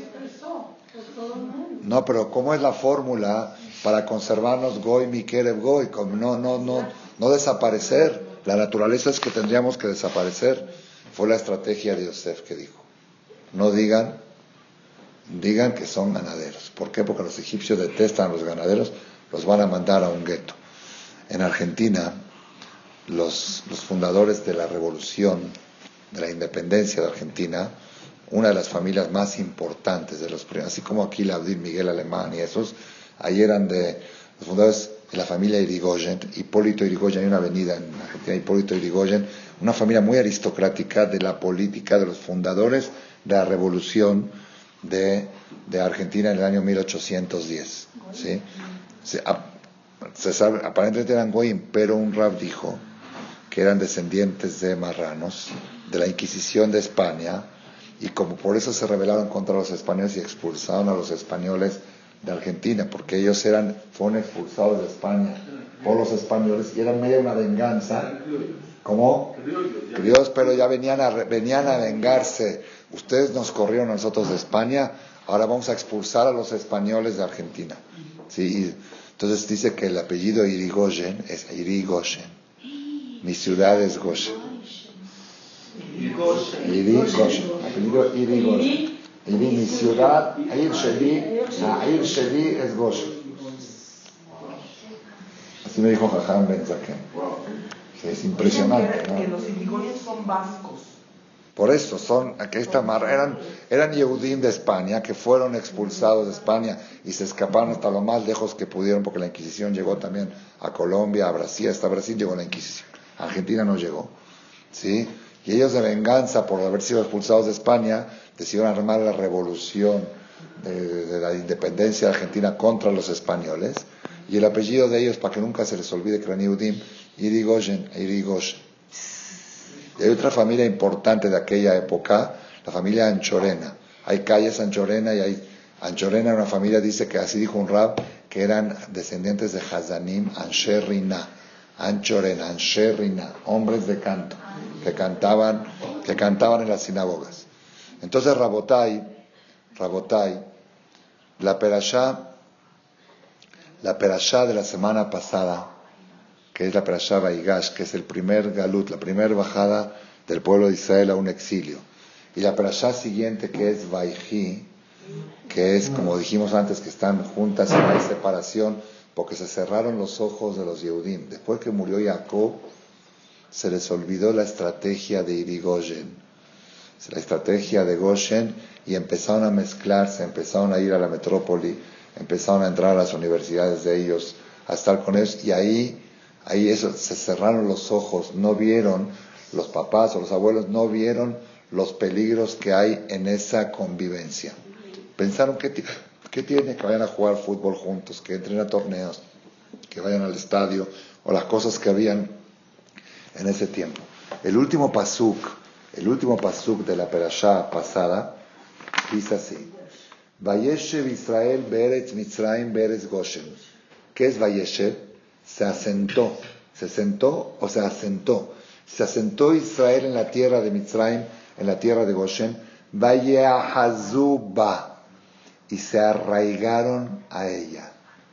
No, pero ¿cómo es la fórmula para conservarnos Goy, Mikerev Goy? No, no, no, no desaparecer. La naturaleza es que tendríamos que desaparecer. Fue la estrategia de Yosef que dijo, no digan, digan que son ganaderos. ¿Por qué? Porque los egipcios detestan a los ganaderos, los van a mandar a un gueto. En Argentina, los, los fundadores de la revolución, de la independencia de Argentina, una de las familias más importantes de los primeros, así como aquí la Abdil Miguel Alemán y esos, ahí eran de los fundadores de la familia Irigoyen, Hipólito Irigoyen, hay una avenida en Argentina, Hipólito Irigoyen, una familia muy aristocrática de la política, de los fundadores de la revolución de, de Argentina en el año mil ochocientos diez. ¿Sí? Se, a, se sabe, aparentemente eran goyim, pero un rab dijo que eran descendientes de marranos, de la Inquisición de España, y como por eso se rebelaron contra los españoles y expulsaron a los españoles de Argentina, porque ellos eran fueron expulsados de España por los españoles y eran medio una venganza, como criollos, pero ya venían a, venían a vengarse. Ustedes nos corrieron a nosotros de España, ahora vamos a expulsar a los españoles de Argentina. ¿Sí? Entonces dice que el apellido Irigoyen es Irigoyen. Mi ciudad es Goshen. Irigoyen. Apellido Irigoyen. Iri, mi ciudad, Air Sheli, Air Sheli es Goshen. Así me dijo Jajam Ben Zaken. Sí, es impresionante, que, ¿no? que los irigoyens son vascos. Por eso son, aquí esta marra, eran, eran Yehudim de España que fueron expulsados de España y se escaparon hasta lo más lejos que pudieron, porque la Inquisición llegó también a Colombia, a Brasil, hasta Brasil llegó la Inquisición, a Argentina no llegó, ¿sí? Y ellos de venganza por haber sido expulsados de España decidieron armar la revolución de, de la independencia de Argentina contra los españoles, y el apellido de ellos, para que nunca se les olvide que eran Yehudim, Irigoyen, Irigoyen. Y hay otra familia importante de aquella época, la familia Anchorena. Hay calles Anchorena y hay... Anchorena era una familia, dice que así dijo un rab, que eran descendientes de Hazanim, Ansherina. Anchorena, Ansherina, hombres de canto, que cantaban, que cantaban en las sinagogas. Entonces Rabotai, Rabotai, la perashá, la perashá de la semana pasada, que es la Perashá Vaigash, que es el primer galut, la primera bajada del pueblo de Israel a un exilio. Y la Perashá siguiente, que es Vaihi, que es, como dijimos antes, que están juntas y no hay separación, porque se cerraron los ojos de los Yehudim. Después que murió Jacob, se les olvidó la estrategia de Irigoyen, la estrategia de Goshen, y empezaron a mezclarse, empezaron a ir a la metrópoli, empezaron a entrar a las universidades de ellos, a estar con ellos, y ahí Ahí eso, se cerraron los ojos, no vieron, los papás o los abuelos no vieron los peligros que hay en esa convivencia. Pensaron que, que tiene, que vayan a jugar fútbol juntos, que entren a torneos, que vayan al estadio, o las cosas que habían en ese tiempo. El último pasuk, el último pasuk de la perashá pasada, dice así: Vayeshev Israel be'eretz Mitzrayim be'eretz Goshen. ¿Qué es Vayeshev? Se asentó, se sentó o se asentó. Se asentó Israel en la tierra de Mitzrayim, en la tierra de Goshen, Vayeahazuba, y se arraigaron a ella.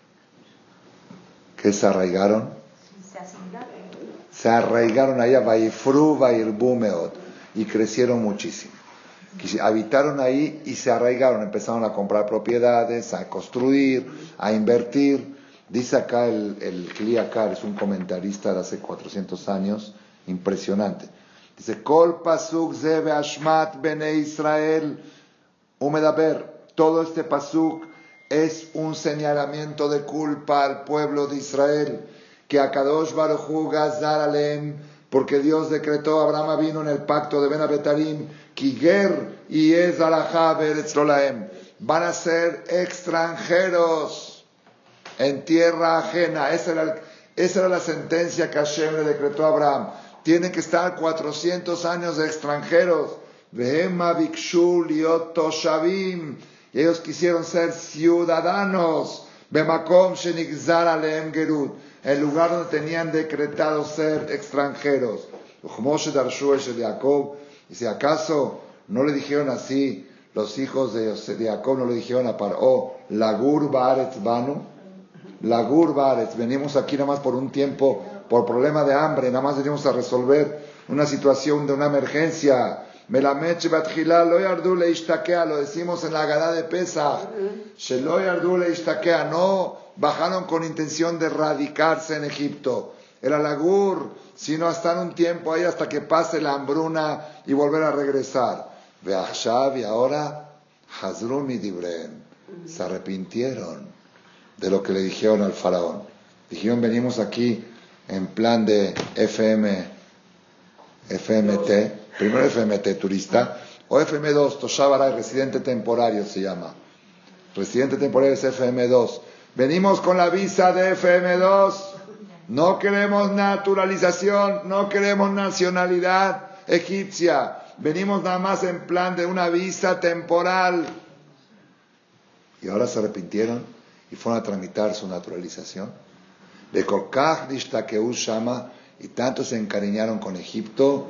¿Qué se arraigaron? Se asentaron. Se arraigaron a ella, Vayifru Vayirbu Meot, y crecieron muchísimo. Habitaron ahí y se arraigaron, empezaron a comprar propiedades, a construir, a invertir. Dice acá el, el Kli Yakar, es un comentarista de hace cuatrocientos años, impresionante. Dice, Kol pasuk ze be'ashmat bene Israel umedaber. Todo este pasuk es un señalamiento de culpa al pueblo de Israel, que Akadosh Baruj Hu gazar aleem, porque Dios decretó, Abraham vino en el pacto de Ben Abetarim, Kiger y ez alajá be'eretz lo lahem. Van a ser extranjeros en tierra ajena. Esa era, esa era la sentencia que Hashem le decretó a Abraham. Tienen que estar cuatrocientos años de extranjeros. Vehema bikshu liot toshavim. Y ellos quisieron ser ciudadanos. Bemakom shenigzar aleem gerut. El lugar donde tenían decretado ser extranjeros. Moshe darshu es de Jacob. Y si acaso no le dijeron así los hijos de, de Jacob, no le dijeron a Paró, Lagur baaretz banu. Lagur Baretz, venimos aquí nada más por un tiempo, por problema de hambre, nada más venimos a resolver una situación de una emergencia. Melamed Batjilá lo yardu le ishtakea, lo decimos en la Agadá de Pesach, Shelo yardu le ishtakea, no bajaron con intención de radicarse en Egipto. Era Lagur, sino estar un tiempo ahí hasta que pase la hambruna y volver a regresar. Veachshav, y ahora, Hazru midibreem, se arrepintieron de lo que le dijeron al faraón. Dijeron, venimos aquí en plan de F M, F M T, primero F M T, turista, o F M dos, Toshabaray, residente temporario se llama. Residente temporario es F M dos. Venimos con la visa de F M dos, no queremos naturalización, no queremos nacionalidad egipcia, venimos nada más en plan de una visa temporal. Y ahora se arrepintieron y fueron a tramitar su naturalización. De Kolkach Dishtakeu Shama, y tanto se encariñaron con Egipto,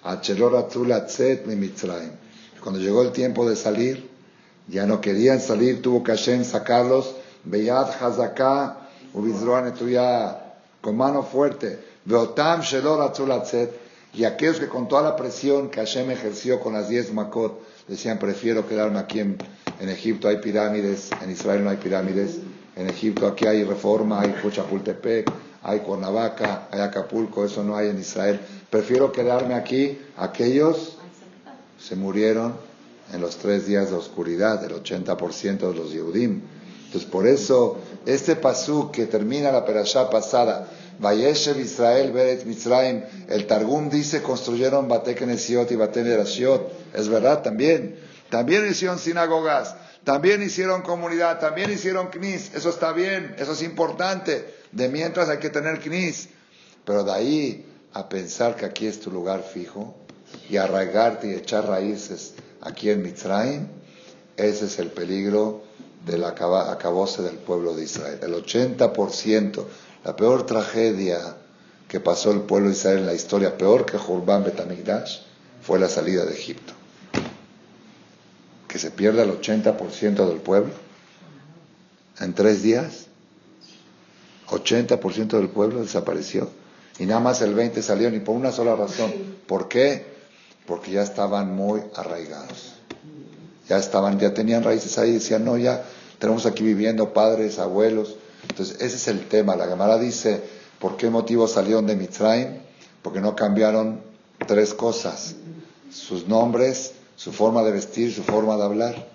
cuando llegó el tiempo de salir, ya no querían salir, tuvo que Hashem sacarlos, Beyad Hazaká, Ubizroan Etuya, con mano fuerte, Veotam Shelor Atzulatzet, y aquellos que con toda la presión que Hashem ejerció con las diez Makot, decían, prefiero quedarme aquí en, en Egipto, hay pirámides, en Israel no hay pirámides, en Egipto aquí hay Reforma, hay Chapultepec, hay Cuernavaca, hay Acapulco, eso no hay en Israel, prefiero quedarme aquí. Aquellos se murieron en los tres días de oscuridad, el ochenta por ciento de los Yehudim. Entonces, por eso, este pasuk que termina la perashá pasada, Vayeshev Israel Beret Mitzrayim, el Targum dice, construyeron Bate Kenesiot y Bate Midrashiot. Es verdad, también. También hicieron sinagogas, también hicieron comunidad, también hicieron knis. Eso está bien, eso es importante. De mientras hay que tener knis. Pero de ahí a pensar que aquí es tu lugar fijo y arraigarte y echar raíces aquí en Mitzrayim, ese es el peligro del acabose del pueblo de Israel. El ochenta por ciento, la peor tragedia que pasó el pueblo de Israel en la historia, peor que Jurban Betamigdash, fue la salida de Egipto. Que se pierda el ochenta por ciento del pueblo en tres días, ochenta por ciento del pueblo desapareció y nada más el veinte por ciento salió, ni por una sola razón. ¿Por qué? Porque ya estaban muy arraigados. Ya estaban, ya tenían raíces ahí, decían, no, ya tenemos aquí viviendo padres, abuelos. Entonces, ese es el tema. La Gemara dice, ¿por qué motivo salieron de Mitzrayim? Porque no cambiaron tres cosas: sus nombres, su forma de vestir, su forma de hablar.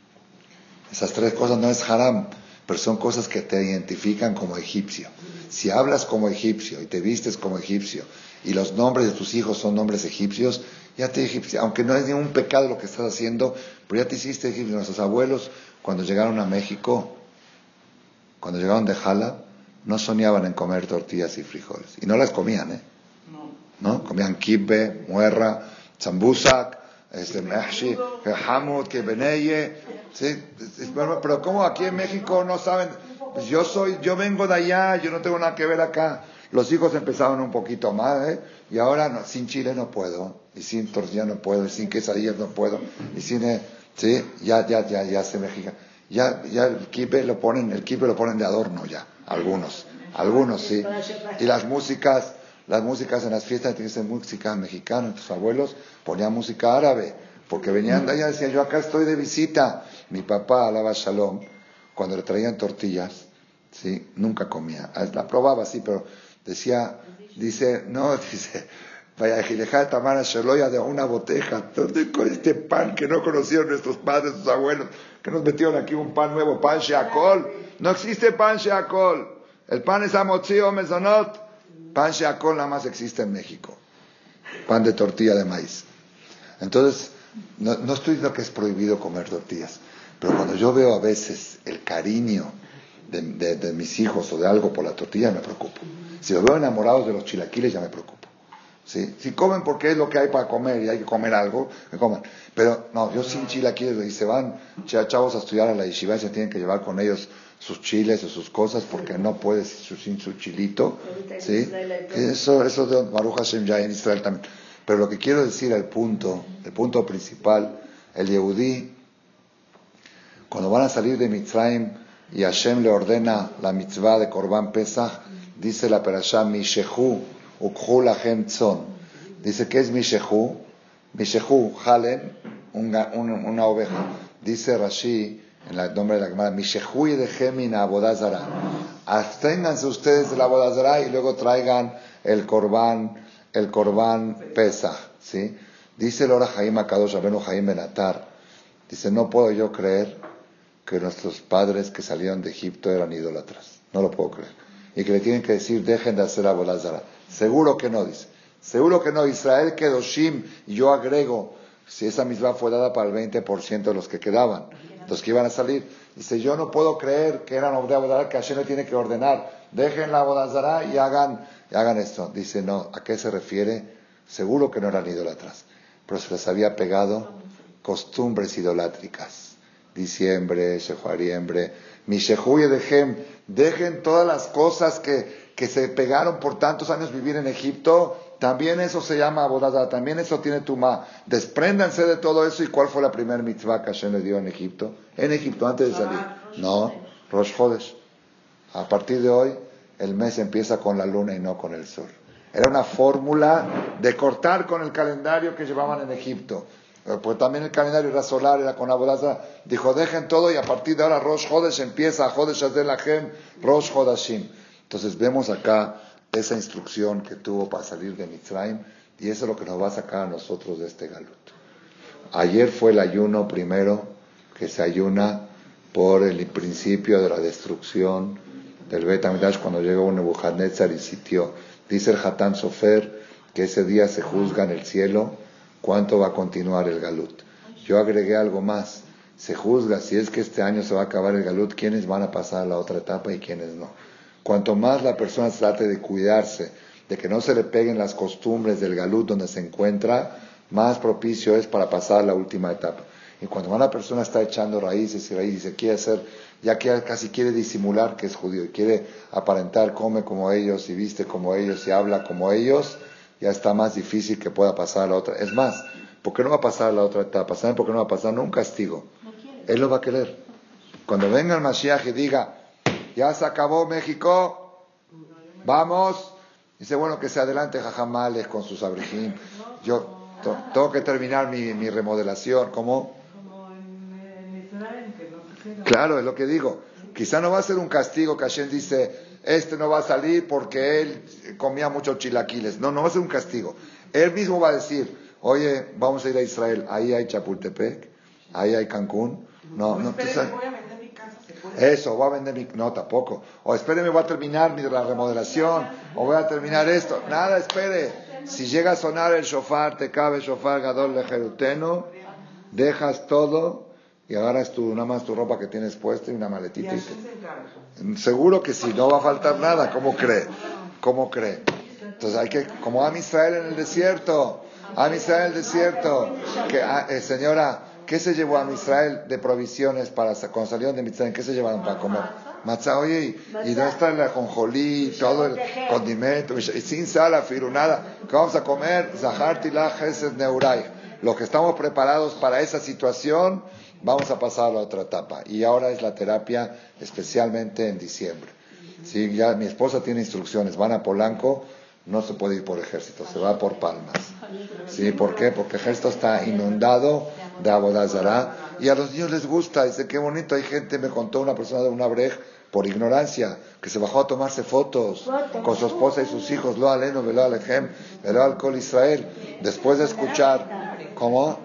Esas tres cosas no es haram, pero son cosas que te identifican como egipcio. Si hablas como egipcio y te vistes como egipcio y los nombres de tus hijos son nombres egipcios, ya te egipcio, aunque no es ningún pecado lo que estás haciendo, pero ya te hiciste egipcio. Nuestros abuelos, cuando llegaron a México, cuando llegaron de Jala, no soñaban en comer tortillas y frijoles. Y no las comían, ¿eh? ¿No? Comían kibbe, muerra, zambusak, este, mehshi, hamut, kebeneye, ¿sí? Pero ¿cómo aquí en México no saben? Pues yo soy, yo vengo de allá, yo no tengo nada que ver acá. Los hijos empezaron un poquito más, ¿eh? Y ahora no, sin chile no puedo, y sin tortilla no puedo, y sin quesadillas no puedo, y sin, eh, sí, ya, ya, ya, ya se mexicano. Ya, ya el kibe lo ponen, el kibe lo ponen de adorno ya, algunos, algunos sí. Y las músicas, las músicas en las fiestas tienen que ser música mexicana. Tus abuelos ponían música árabe, porque venían de allá y decían, yo acá estoy de visita. Mi papá, alaba Shalom, cuando le traían tortillas, sí, nunca comía. La probaba, sí, pero decía, dice, no, dice, vaya, Gileja Tamara Sheloya de una boteja, ¿dónde con este pan que no conocieron nuestros padres, sus abuelos, que nos metieron aquí un pan nuevo, pan sheakol? No existe pan sheakol. El pan es amotzi o mezonot. Pan sheakol nada más existe en México. Pan de tortilla de maíz. Entonces, no, no estoy diciendo que es prohibido comer tortillas, pero cuando yo veo a veces el cariño de, de, de mis hijos o de algo por la tortilla, me preocupo. Si los veo enamorados de los chilaquiles, ya me preocupo. ¿Sí? Si comen porque es lo que hay para comer y hay que comer algo, que coman. Pero no, yo sin chilaquiles, y se van chavos a estudiar a la yeshiva y se tienen que llevar con ellos sus chiles o sus cosas porque no puedes sin su chilito. ¿Sí? Eso, eso de Baruch Hashem ya en Israel también. Pero lo que quiero decir, el punto, el punto principal, el Yehudí, cuando van a salir de Mitzrayim y Hashem le ordena la mitzvah de Korban Pesach, dice la perashá, Mishehu ukhu lachem tzon. Dice, ¿qué es Mishehu? Mishehu, jalen, una, una, una oveja. Dice Rashi, en el nombre de la Gemara, Mishehu yedechem min avodah zarah. Absténganse ustedes de la avodah zarah y luego traigan el Korban, el Korban Pesach, ¿sí? Dice el Ora Haim Akadosh Rabbeinu Haim Benatar, dice, no puedo yo creer que nuestros padres que salieron de Egipto eran idólatras. No lo puedo creer. Y que le tienen que decir, dejen de hacer avodah zarah. Seguro que no, dice. Seguro que no. Israel Kedoshim, y yo agrego, si esa misma fue dada para el veinte por ciento de los que quedaban, los que iban a salir. Dice, yo no puedo creer que eran avodah zarah, que Hashem le tiene que ordenar, dejen la avodah zarah y hagan, y hagan esto. Dice, no, ¿a qué se refiere? Seguro que no eran idólatras, pero se les había pegado costumbres idolátricas. Diciembre, Shehuariembre, Mishehu Yedechem, dejen todas las cosas que, que se pegaron por tantos años vivir en Egipto. También eso se llama avodah zarah, también eso tiene tumá. Despréndanse de todo eso. ¿Y cuál fue la primera mitzvah que Hashem le dio en Egipto? En Egipto, antes de salir. No, Rosh Chodesh. A partir de hoy, el mes empieza con la luna y no con el sol. Era una fórmula de cortar con el calendario que llevaban en Egipto. Pues también el calendario era solar, era con avodah zarah. Dijo, dejen todo y a partir de ahora Rosh Chodesh empieza, Chodesh Hazel Lachem, Rosh Chodashim. Entonces vemos acá esa instrucción que tuvo para salir de Mitzrayim, y eso es lo que nos va a sacar a nosotros de este galut. Ayer fue el ayuno primero que se ayuna por el principio de la destrucción del Bet Hamikdash cuando llegó Nebuchadnezzar y sitió. Dice el Hatán Sofer que ese día se juzga en el cielo cuánto va a continuar el Galut. Yo agregué algo más. Se juzga si es que este año se va a acabar el Galut, quiénes van a pasar a la otra etapa y quiénes no. Cuanto más la persona trate de cuidarse, de que no se le peguen las costumbres del Galut donde se encuentra, más propicio es para pasar a la última etapa. Y cuando una persona está echando raíces y raíces, y quiere hacer, ya que casi quiere disimular que es judío, y quiere aparentar, come como ellos, y viste como ellos, y habla como ellos, ya está más difícil que pueda pasar a la otra. Es más, ¿por qué no va a pasar a la otra etapa? ¿Saben por qué no va a pasar? No un castigo. Él lo va a querer. Cuando venga el Mashiach y diga, ya se acabó México, vamos, dice, bueno, que se adelante Jajamales con sus abrejim. Yo to, tengo que terminar mi, mi remodelación. ¿Cómo? Claro, es lo que digo. Quizá no va a ser un castigo que Hashem dice, este no va a salir porque él comía muchos chilaquiles. No, no va a ser un castigo. Él mismo va a decir, oye, vamos a ir a Israel. Ahí hay Chapultepec, ahí hay Cancún. No, no, espéreme, sabes? voy a vender mi casa, ¿se puede? Eso, voy a vender mi... No, tampoco. O espéreme, voy a terminar mi, la remodelación. O voy a terminar esto. Nada, espere. Si llega a sonar el shofar, te cabe shofar gadol lejeruteno, dejas todo y agarras tu, nada más tu ropa que tienes puesta y una maletita. Y te... Seguro que sí, no va a faltar nada. ¿Cómo cree? ¿Cómo cree? Entonces hay que, como Am Israel en el desierto, Am Israel en el desierto, que, eh, señora, ¿qué se llevó a Am Israel de provisiones para cuando salieron de Mitzrayim? ¿Qué se llevaron para comer? Matzah, oye, y, y no está el ajonjolí, todo el condimento, y sin sal, afiru, nada. ¿Qué vamos a comer? Zahar tilach hesed neurai. Los que estamos preparados para esa situación, vamos a pasar a la otra etapa. Y ahora es la terapia, especialmente en diciembre. Sí, ya mi esposa tiene instrucciones, van a Polanco, no se puede ir por ejército, se va por Palmas. ¿Sí? ¿Por qué? Porque el ejército está inundado de Avodah Zará y a los niños les gusta. Dice, qué bonito, hay gente, me contó una persona de una brej, por ignorancia, que se bajó a tomarse fotos con su esposa y sus hijos, lo aleno, velo alejem, velo al Kol Israel, después de escuchar, ¿cómo?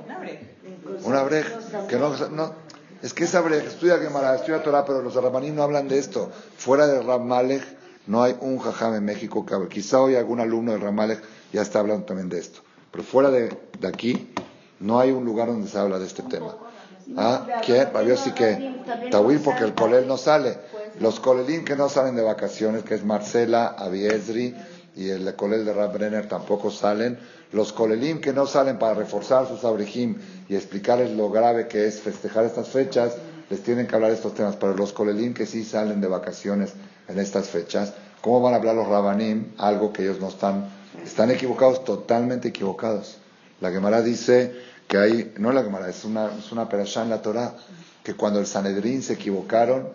Una brej, que no, no, es que esa brej, estudia Gemara, estudia Torah, pero los rabanim no hablan de esto. Fuera de Rab Malech, no hay un jajam en México que hable. Quizá hoy algún alumno de Rab Malech ya está hablando también de esto. Pero fuera de, de aquí, no hay un lugar donde se habla de este tema. ¿Ah? ¿Quién? Rabbi sí que Tawil, porque el colel no sale. Los colelim que no salen de vacaciones, que es Marcela, Abiezri y el colel de Rab Brenner tampoco salen. Los colelim que no salen para reforzar sus abrejim y explicarles lo grave que es festejar estas fechas, les tienen que hablar de estos temas. Pero los colelim que sí salen de vacaciones en estas fechas, ¿cómo van a hablar los rabanim? Algo que ellos no están, están equivocados, totalmente equivocados. La Gemara dice que hay, no la Gemara, es una, es una perashá en la Torah, que cuando el Sanedrín se equivocaron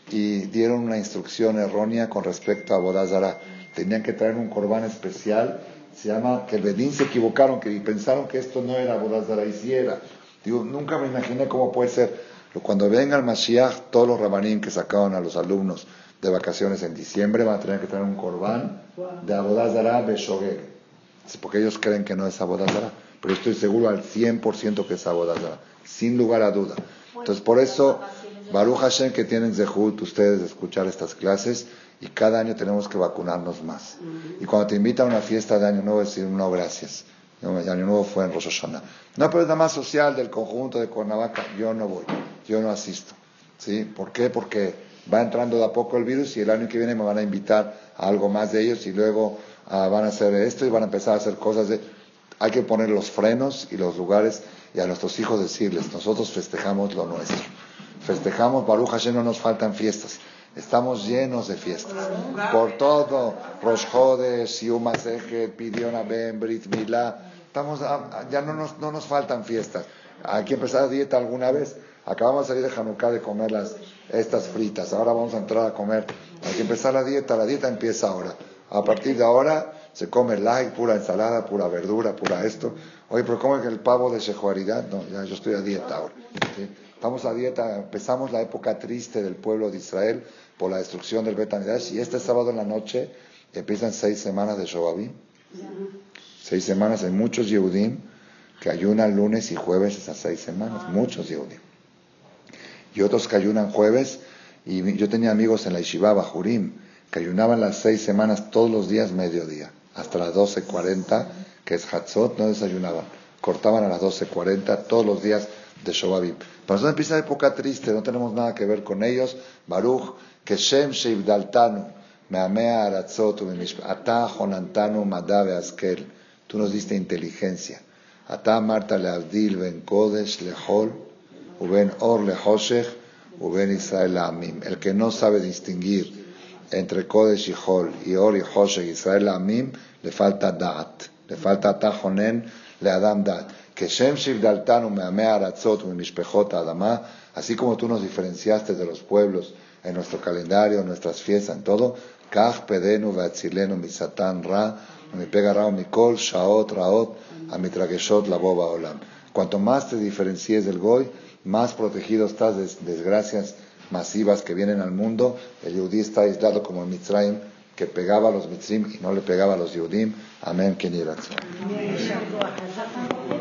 y dieron una instrucción errónea con respecto a Avodah Zará, tenían que traer un corbán especial, se llama, que el Bedín se equivocaron, que pensaron que esto no era Avodah Zará, y sí era. Digo, nunca me imaginé cómo puede ser. Pero cuando venga el Mashiach, todos los rabanim que sacaban a los alumnos de vacaciones en diciembre van a tener que traer un corbán de Avodah Zará Beshogeg, porque ellos creen que no es Avodah Zará, pero estoy seguro al cien por ciento que es Avodah Zará, sin lugar a duda. Entonces por eso Baruch Hashem que tienen zehut ustedes de escuchar estas clases, y cada año tenemos que vacunarnos más. Y cuando te invitan a una fiesta de Año Nuevo, decir no gracias. El Año Nuevo fue en Rosh Hashanah. No, pero es nada más social del conjunto de Cuernavaca. Yo no voy, yo no asisto. ¿Sí? ¿Por qué? Porque va entrando de a poco el virus y el año que viene me van a invitar a algo más de ellos y luego uh, van a hacer esto y van a empezar a hacer cosas de... Hay que poner los frenos y los lugares y a nuestros hijos decirles, nosotros festejamos lo nuestro. Festejamos, Baruch Hashem, no nos faltan fiestas. Estamos llenos de fiestas. Por todo, Rosh Chodesh, Yom HaSechet, Pidyon Aben, Brit Milá. Estamos, ya no nos, no nos faltan fiestas. Hay que empezar la dieta alguna vez. Acabamos de salir de Hanukkah de comer las, estas fritas. Ahora vamos a entrar a comer. Hay que empezar la dieta. La dieta empieza ahora. A partir de ahora se come light, pura ensalada, pura verdura, pura esto. Oye, pero ¿cómo es que el pavo de Shehuaridad? No, ya yo estoy a dieta ahora. ¿Sí? Estamos a dieta. Empezamos la época triste del pueblo de Israel por la destrucción del Bet Hamikdash. Y este sábado en la noche empiezan seis semanas de Shobabim. Seis semanas. Hay muchos Yehudim que ayunan lunes y jueves esas seis semanas, muchos Yehudim. Y otros que ayunan jueves, y yo tenía amigos en la Yeshiva Bajurim, que ayunaban las seis semanas todos los días mediodía, hasta las doce cuarenta, que es Hatzot, no desayunaban, cortaban a las doce cuarenta todos los días de Shovavim. Para nosotros empieza la época triste, no tenemos nada que ver con ellos. Baruch, que Shem Sheivdaltanu, Meamea Aratzot, Ata Jonantanu, Madabe Askel, tú nos diste inteligencia. Ata Marta Leavdil, Ben Kodesh, Lehol, Uben Or Lehoshech, Uben Israel Amim. El que no sabe distinguir entre Kodesh y Hol, y Or y Hoshech, Israel Amim, le falta Da'at, le falta Ata Jonen, Le Adam Da'at. Que Shem Shivdaltanu Meamea Aratzot Mimishpechot Adama, así como tú nos diferenciaste de los pueblos en nuestro calendario, en nuestras fiestas, en todo, Kach Pedenu Vatzilenu Misatan Ra, Mipega Ra Mikol, Shaot Raot, Amitrageshot Laboba Olam. Cuanto más te diferencies del Goy, más protegido estás de desgracias masivas que vienen al mundo. El Yehudí está aislado como el Mitzrayim, que pegaba a los Mitzrim y no le pegaba a los Yehudim. Amén.